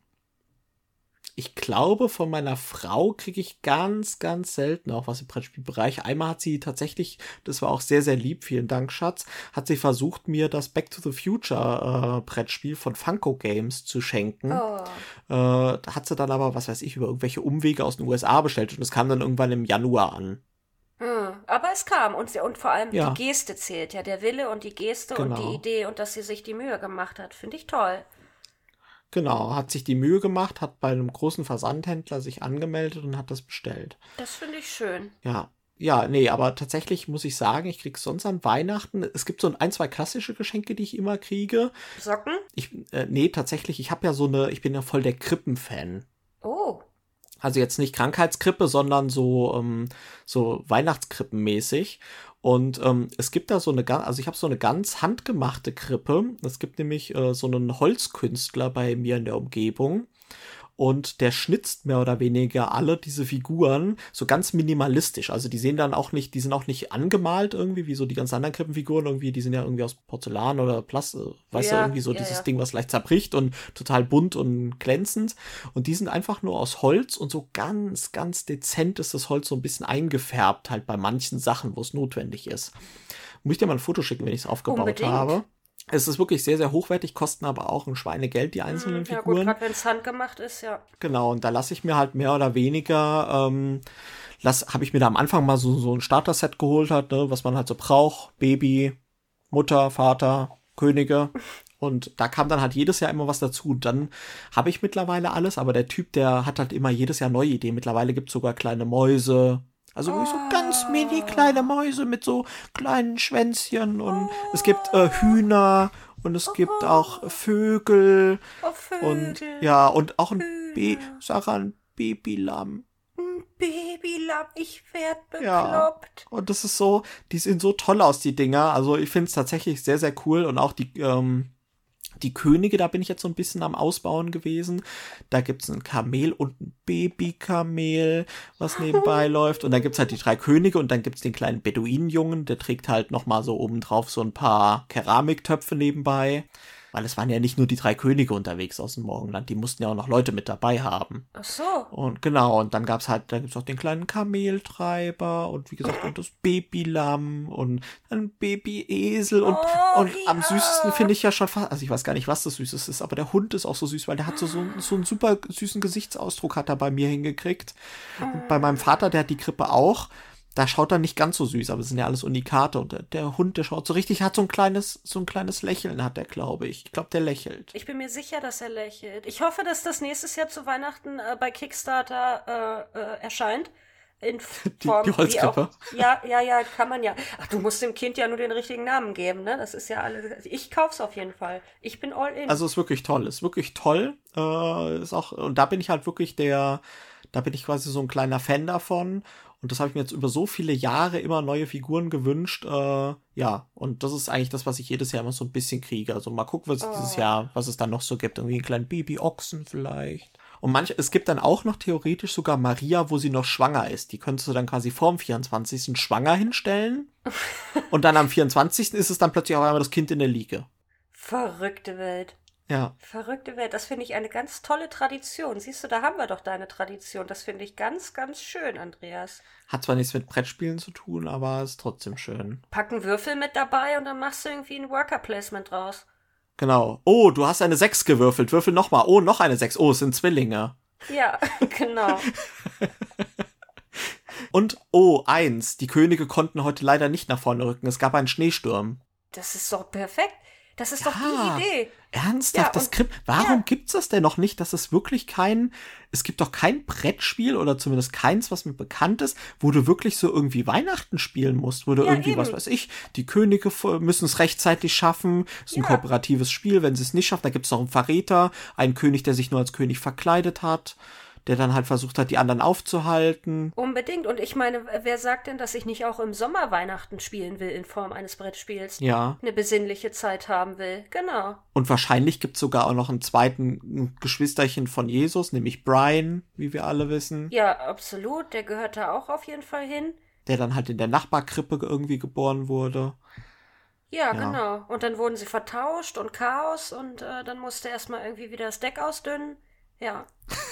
Ich glaube, von meiner Frau kriege ich ganz, ganz selten auch was im Brettspielbereich. Einmal hat sie tatsächlich, das war auch sehr, sehr lieb, vielen Dank, Schatz, hat sie versucht, mir das Back to the Future äh, Brettspiel von Funko Games zu schenken. Oh. Äh, da hat sie dann aber, was weiß ich, über irgendwelche Umwege aus den U S A bestellt und es kam dann irgendwann im Januar an. Hm, aber es kam und, sie- und vor allem Ja. die Geste zählt, ja, der Wille und die Geste und Genau. die Idee und dass sie sich die Mühe gemacht hat, finde ich toll. Genau, hat sich die Mühe gemacht, hat bei einem großen Versandhändler sich angemeldet und hat das bestellt. Das finde ich schön. Ja, ja, nee, aber tatsächlich muss ich sagen, ich krieg sonst an Weihnachten, es gibt so ein, zwei klassische Geschenke, die ich immer kriege. Socken? Ich, äh, nee, tatsächlich, ich habe ja so eine, ich bin ja voll der Krippenfan. Oh. Also jetzt nicht Krankheitskrippe, sondern so, ähm, so Weihnachtskrippenmäßig. Und ähm, es gibt da so eine, ga- also ich habe so eine ganz handgemachte Krippe. Es gibt nämlich äh, so einen Holzkünstler bei mir in der Umgebung. Und der schnitzt mehr oder weniger alle diese Figuren so ganz minimalistisch. Also die sehen dann auch nicht, die sind auch nicht angemalt irgendwie, wie so die ganz anderen Krippenfiguren irgendwie, die sind ja irgendwie aus Porzellan oder Plastik, weißt du, Ja, irgendwie so ja, dieses ja. Ding, was leicht zerbricht und total bunt und glänzend. Und die sind einfach nur aus Holz und so ganz, ganz dezent ist das Holz so ein bisschen eingefärbt, halt bei manchen Sachen, wo es notwendig ist. Muss ich dir mal ein Foto schicken, wenn ich es aufgebaut Unbedingt. habe. Es ist wirklich sehr, sehr hochwertig, kosten aber auch ein Schweinegeld, die einzelnen Ja gut, Figuren. gerade wenn es handgemacht ist, ja. Genau, und da lasse ich mir halt mehr oder weniger, ähm, lass, habe ich mir da am Anfang mal so, so ein Starter-Set geholt, halt, ne, was man halt so braucht. Baby, Mutter, Vater, Könige. Und da kam dann halt jedes Jahr immer was dazu. Dann habe ich mittlerweile alles, aber der Typ, der hat halt immer jedes Jahr neue Ideen. Mittlerweile gibt's sogar kleine Mäuse. Also wirklich so ganz mini kleine Mäuse mit so kleinen Schwänzchen. Und es gibt äh, Hühner und es gibt auch Vögel. Oh, Vögel. Und ja, und auch ein Be Hühner. Sarah, ein Babylamm. Ein Babylamm, ich werd Ja. bekloppt. Und das ist so, die sehen so toll aus, die Dinger. Also ich finde es tatsächlich sehr, sehr cool. Und auch die, ähm, die Könige, da bin ich jetzt so ein bisschen am Ausbauen gewesen. Da gibt's ein Kamel und ein Babykamel, was nebenbei läuft. Und dann gibt's halt die drei Könige und dann gibt's den kleinen Beduinenjungen, der trägt halt nochmal so obendrauf so ein paar Keramiktöpfe nebenbei. Weil es waren ja nicht nur die drei Könige unterwegs aus dem Morgenland, die mussten ja auch noch Leute mit dabei haben. Ach so. Und genau, und dann gab's halt, da gibt's auch den kleinen Kameltreiber und wie gesagt, und das Babylamm und ein Babyesel und, Oh, und am ja. süßesten finde ich ja schon fast, also ich weiß gar nicht, was das Süßeste ist, aber der Hund ist auch so süß, weil der hat so, so, so einen super süßen Gesichtsausdruck hat er bei mir hingekriegt. Und bei meinem Vater, der hat die Krippe auch. Da schaut er nicht ganz so süß, aber es sind ja alles Unikate. Und der, der Hund, der schaut so richtig, hat so ein kleines, so ein kleines Lächeln, hat der, glaube ich. Ich glaube, der lächelt. Ich bin mir sicher, dass er lächelt. Ich hoffe, dass das nächstes Jahr zu Weihnachten äh, bei Kickstarter äh, äh, erscheint. In Die- Form, die wie Holzkrippe? auch- Ja, ja, ja, kann man ja. Ach, du musst dem Kind ja nur den richtigen Namen geben, ne? Das ist ja alles. Ich kauf's auf jeden Fall. Ich bin all in. Also ist wirklich toll, ist wirklich toll. Äh, ist auch, und da bin ich halt wirklich der, da bin ich quasi so ein kleiner Fan davon. Und das habe ich mir jetzt über so viele Jahre immer neue Figuren gewünscht. Äh, ja, und das ist eigentlich das, was ich jedes Jahr immer so ein bisschen kriege. Also mal gucken, was Oh. dieses Jahr, was es dann noch so gibt. Irgendwie einen kleinen Baby-Ochsen vielleicht. Und manch, es gibt dann auch noch theoretisch sogar Maria, wo sie noch schwanger ist. Die könntest du dann quasi vorm vierundzwanzigsten schwanger hinstellen. Und dann am vierundzwanzigsten ist es dann plötzlich auch einmal das Kind in der Liege. Verrückte Welt. Ja. Verrückte Welt. Das finde ich eine ganz tolle Tradition. Siehst du, da haben wir doch deine Tradition. Das finde ich ganz, ganz schön, Andreas. Hat zwar nichts mit Brettspielen zu tun, aber ist trotzdem schön. Pack einen Würfel mit dabei und dann machst du irgendwie ein Worker-Placement draus. Genau. Oh, du hast eine sechs gewürfelt. Würfel nochmal. Oh, noch eine sechs. Oh, es sind Zwillinge. Ja, genau. Und, oh, eins. Die Könige konnten heute leider nicht nach vorne rücken. Es gab einen Schneesturm. Das ist doch perfekt. Das ist Ja, doch die Idee. Ernsthaft? Ja, das und- Kripp. Warum ja. gibt's das denn noch nicht, dass es wirklich kein, es gibt doch kein Brettspiel oder zumindest keins, was mir bekannt ist, wo du wirklich so irgendwie Weihnachten spielen musst, wo du Ja, irgendwie, eben. was weiß ich, die Könige müssen es rechtzeitig schaffen. Es ist ein Ja. kooperatives Spiel. Wenn sie es nicht schaffen, da gibt's noch einen Verräter, einen König, der sich nur als König verkleidet hat, der dann halt versucht hat, die anderen aufzuhalten. Unbedingt. Und ich meine, wer sagt denn, dass ich nicht auch im Sommer Weihnachten spielen will in Form eines Brettspiels? Ja. Eine besinnliche Zeit haben will. Genau. Und wahrscheinlich gibt's sogar auch noch einen zweiten Geschwisterchen von Jesus, nämlich Brian, wie wir alle wissen, Ja, absolut. Der gehört da auch auf jeden Fall hin. der dann halt in der Nachbarkrippe irgendwie geboren wurde. Ja, Ja. genau. Und dann wurden sie vertauscht und Chaos und äh, dann musste erstmal irgendwie wieder das Deck ausdünnen. Ja.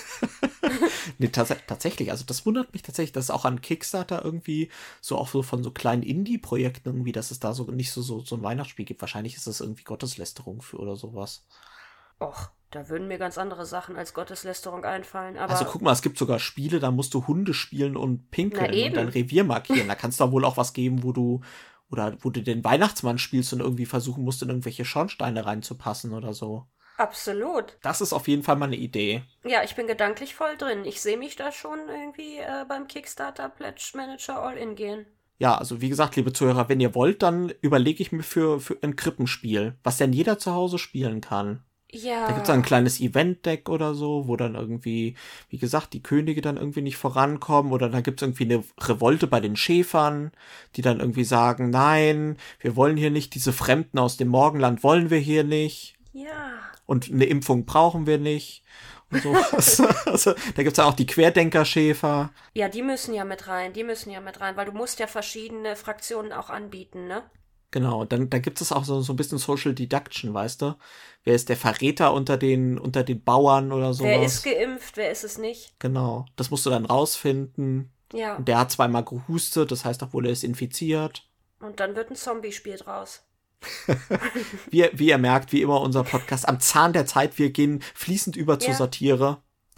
Nee, tats tatsächlich, also das wundert mich tatsächlich, dass es auch an Kickstarter irgendwie so auch so von so kleinen Indie-Projekten irgendwie, dass es da so nicht so, so, so ein Weihnachtsspiel gibt. Wahrscheinlich ist das irgendwie Gotteslästerung für oder sowas. Och, da würden mir ganz andere Sachen als Gotteslästerung einfallen. Aber Also guck mal, es gibt sogar Spiele, da musst du Hunde spielen und pinkeln Na eben. und dein Revier markieren. Da kann es doch wohl auch was geben, wo du oder wo du den Weihnachtsmann spielst und irgendwie versuchen musst, in irgendwelche Schornsteine reinzupassen oder so. absolut. Das ist auf jeden Fall mal eine Idee. Ja, ich bin gedanklich voll drin. Ich sehe mich da schon irgendwie äh, beim Kickstarter Pledge Manager All-In gehen. Ja, also wie gesagt, liebe Zuhörer, wenn ihr wollt, dann überlege ich mir für, für ein Krippenspiel, was denn jeder zu Hause spielen kann. Ja. Da gibt's dann ein kleines Event-Deck oder so, wo dann irgendwie, wie gesagt, die Könige dann irgendwie nicht vorankommen oder dann gibt's irgendwie eine Revolte bei den Schäfern, die dann irgendwie sagen, nein, wir wollen hier nicht, diese Fremden aus dem Morgenland wollen wir hier nicht Ja. und eine Impfung brauchen wir nicht und sowas. Also da gibt's dann auch die Querdenker-Schäfer. Ja, die müssen ja mit rein. Die müssen ja mit rein, weil du musst ja verschiedene Fraktionen auch anbieten, ne? Genau, dann da gibt es auch so, so ein bisschen Social Deduction, weißt du? Wer ist der Verräter unter den unter den Bauern oder sowas? Wer ist geimpft, wer ist es nicht? Genau, das musst du dann rausfinden. Ja. Und der hat zweimal gehustet, das heißt auch wohl, er ist infiziert. Und dann wird ein Zombie-Spiel draus. Wie, wie ihr merkt, wie immer unser Podcast am Zahn der Zeit, wir gehen fließend über zur Ja. Satire.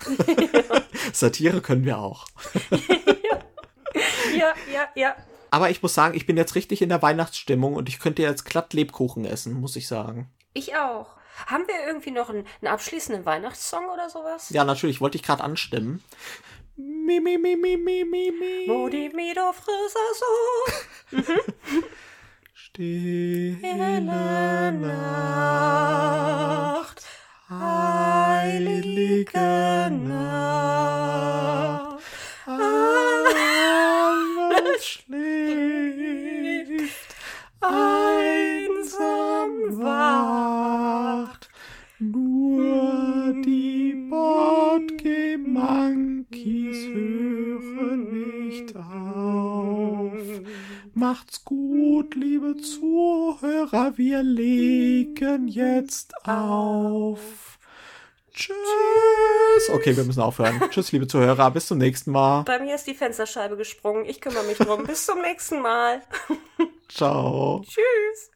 Satire können wir auch. Ja, ja, ja. Aber ich muss sagen, ich bin jetzt richtig in der Weihnachtsstimmung und ich könnte jetzt glatt Lebkuchen essen, muss ich sagen. Ich auch. Haben wir irgendwie noch einen, einen abschließenden Weihnachtssong oder sowas? Ja, natürlich, wollte ich gerade anstimmen. Mi, mi, mi, mi, mi, mi, mi. Modi Mido Frisser so. Stille Nacht, heilige Nacht, alles schläft, einsam wacht, nur die Boardgame Monkeys hören nicht auf. Macht's gut, liebe Zuhörer, wir legen jetzt auf. Tschüss. Okay, wir müssen aufhören. Tschüss, liebe Zuhörer, bis zum nächsten Mal. Bei mir ist die Fensterscheibe gesprungen. Ich kümmere mich drum. Bis zum nächsten Mal. Ciao. Tschüss.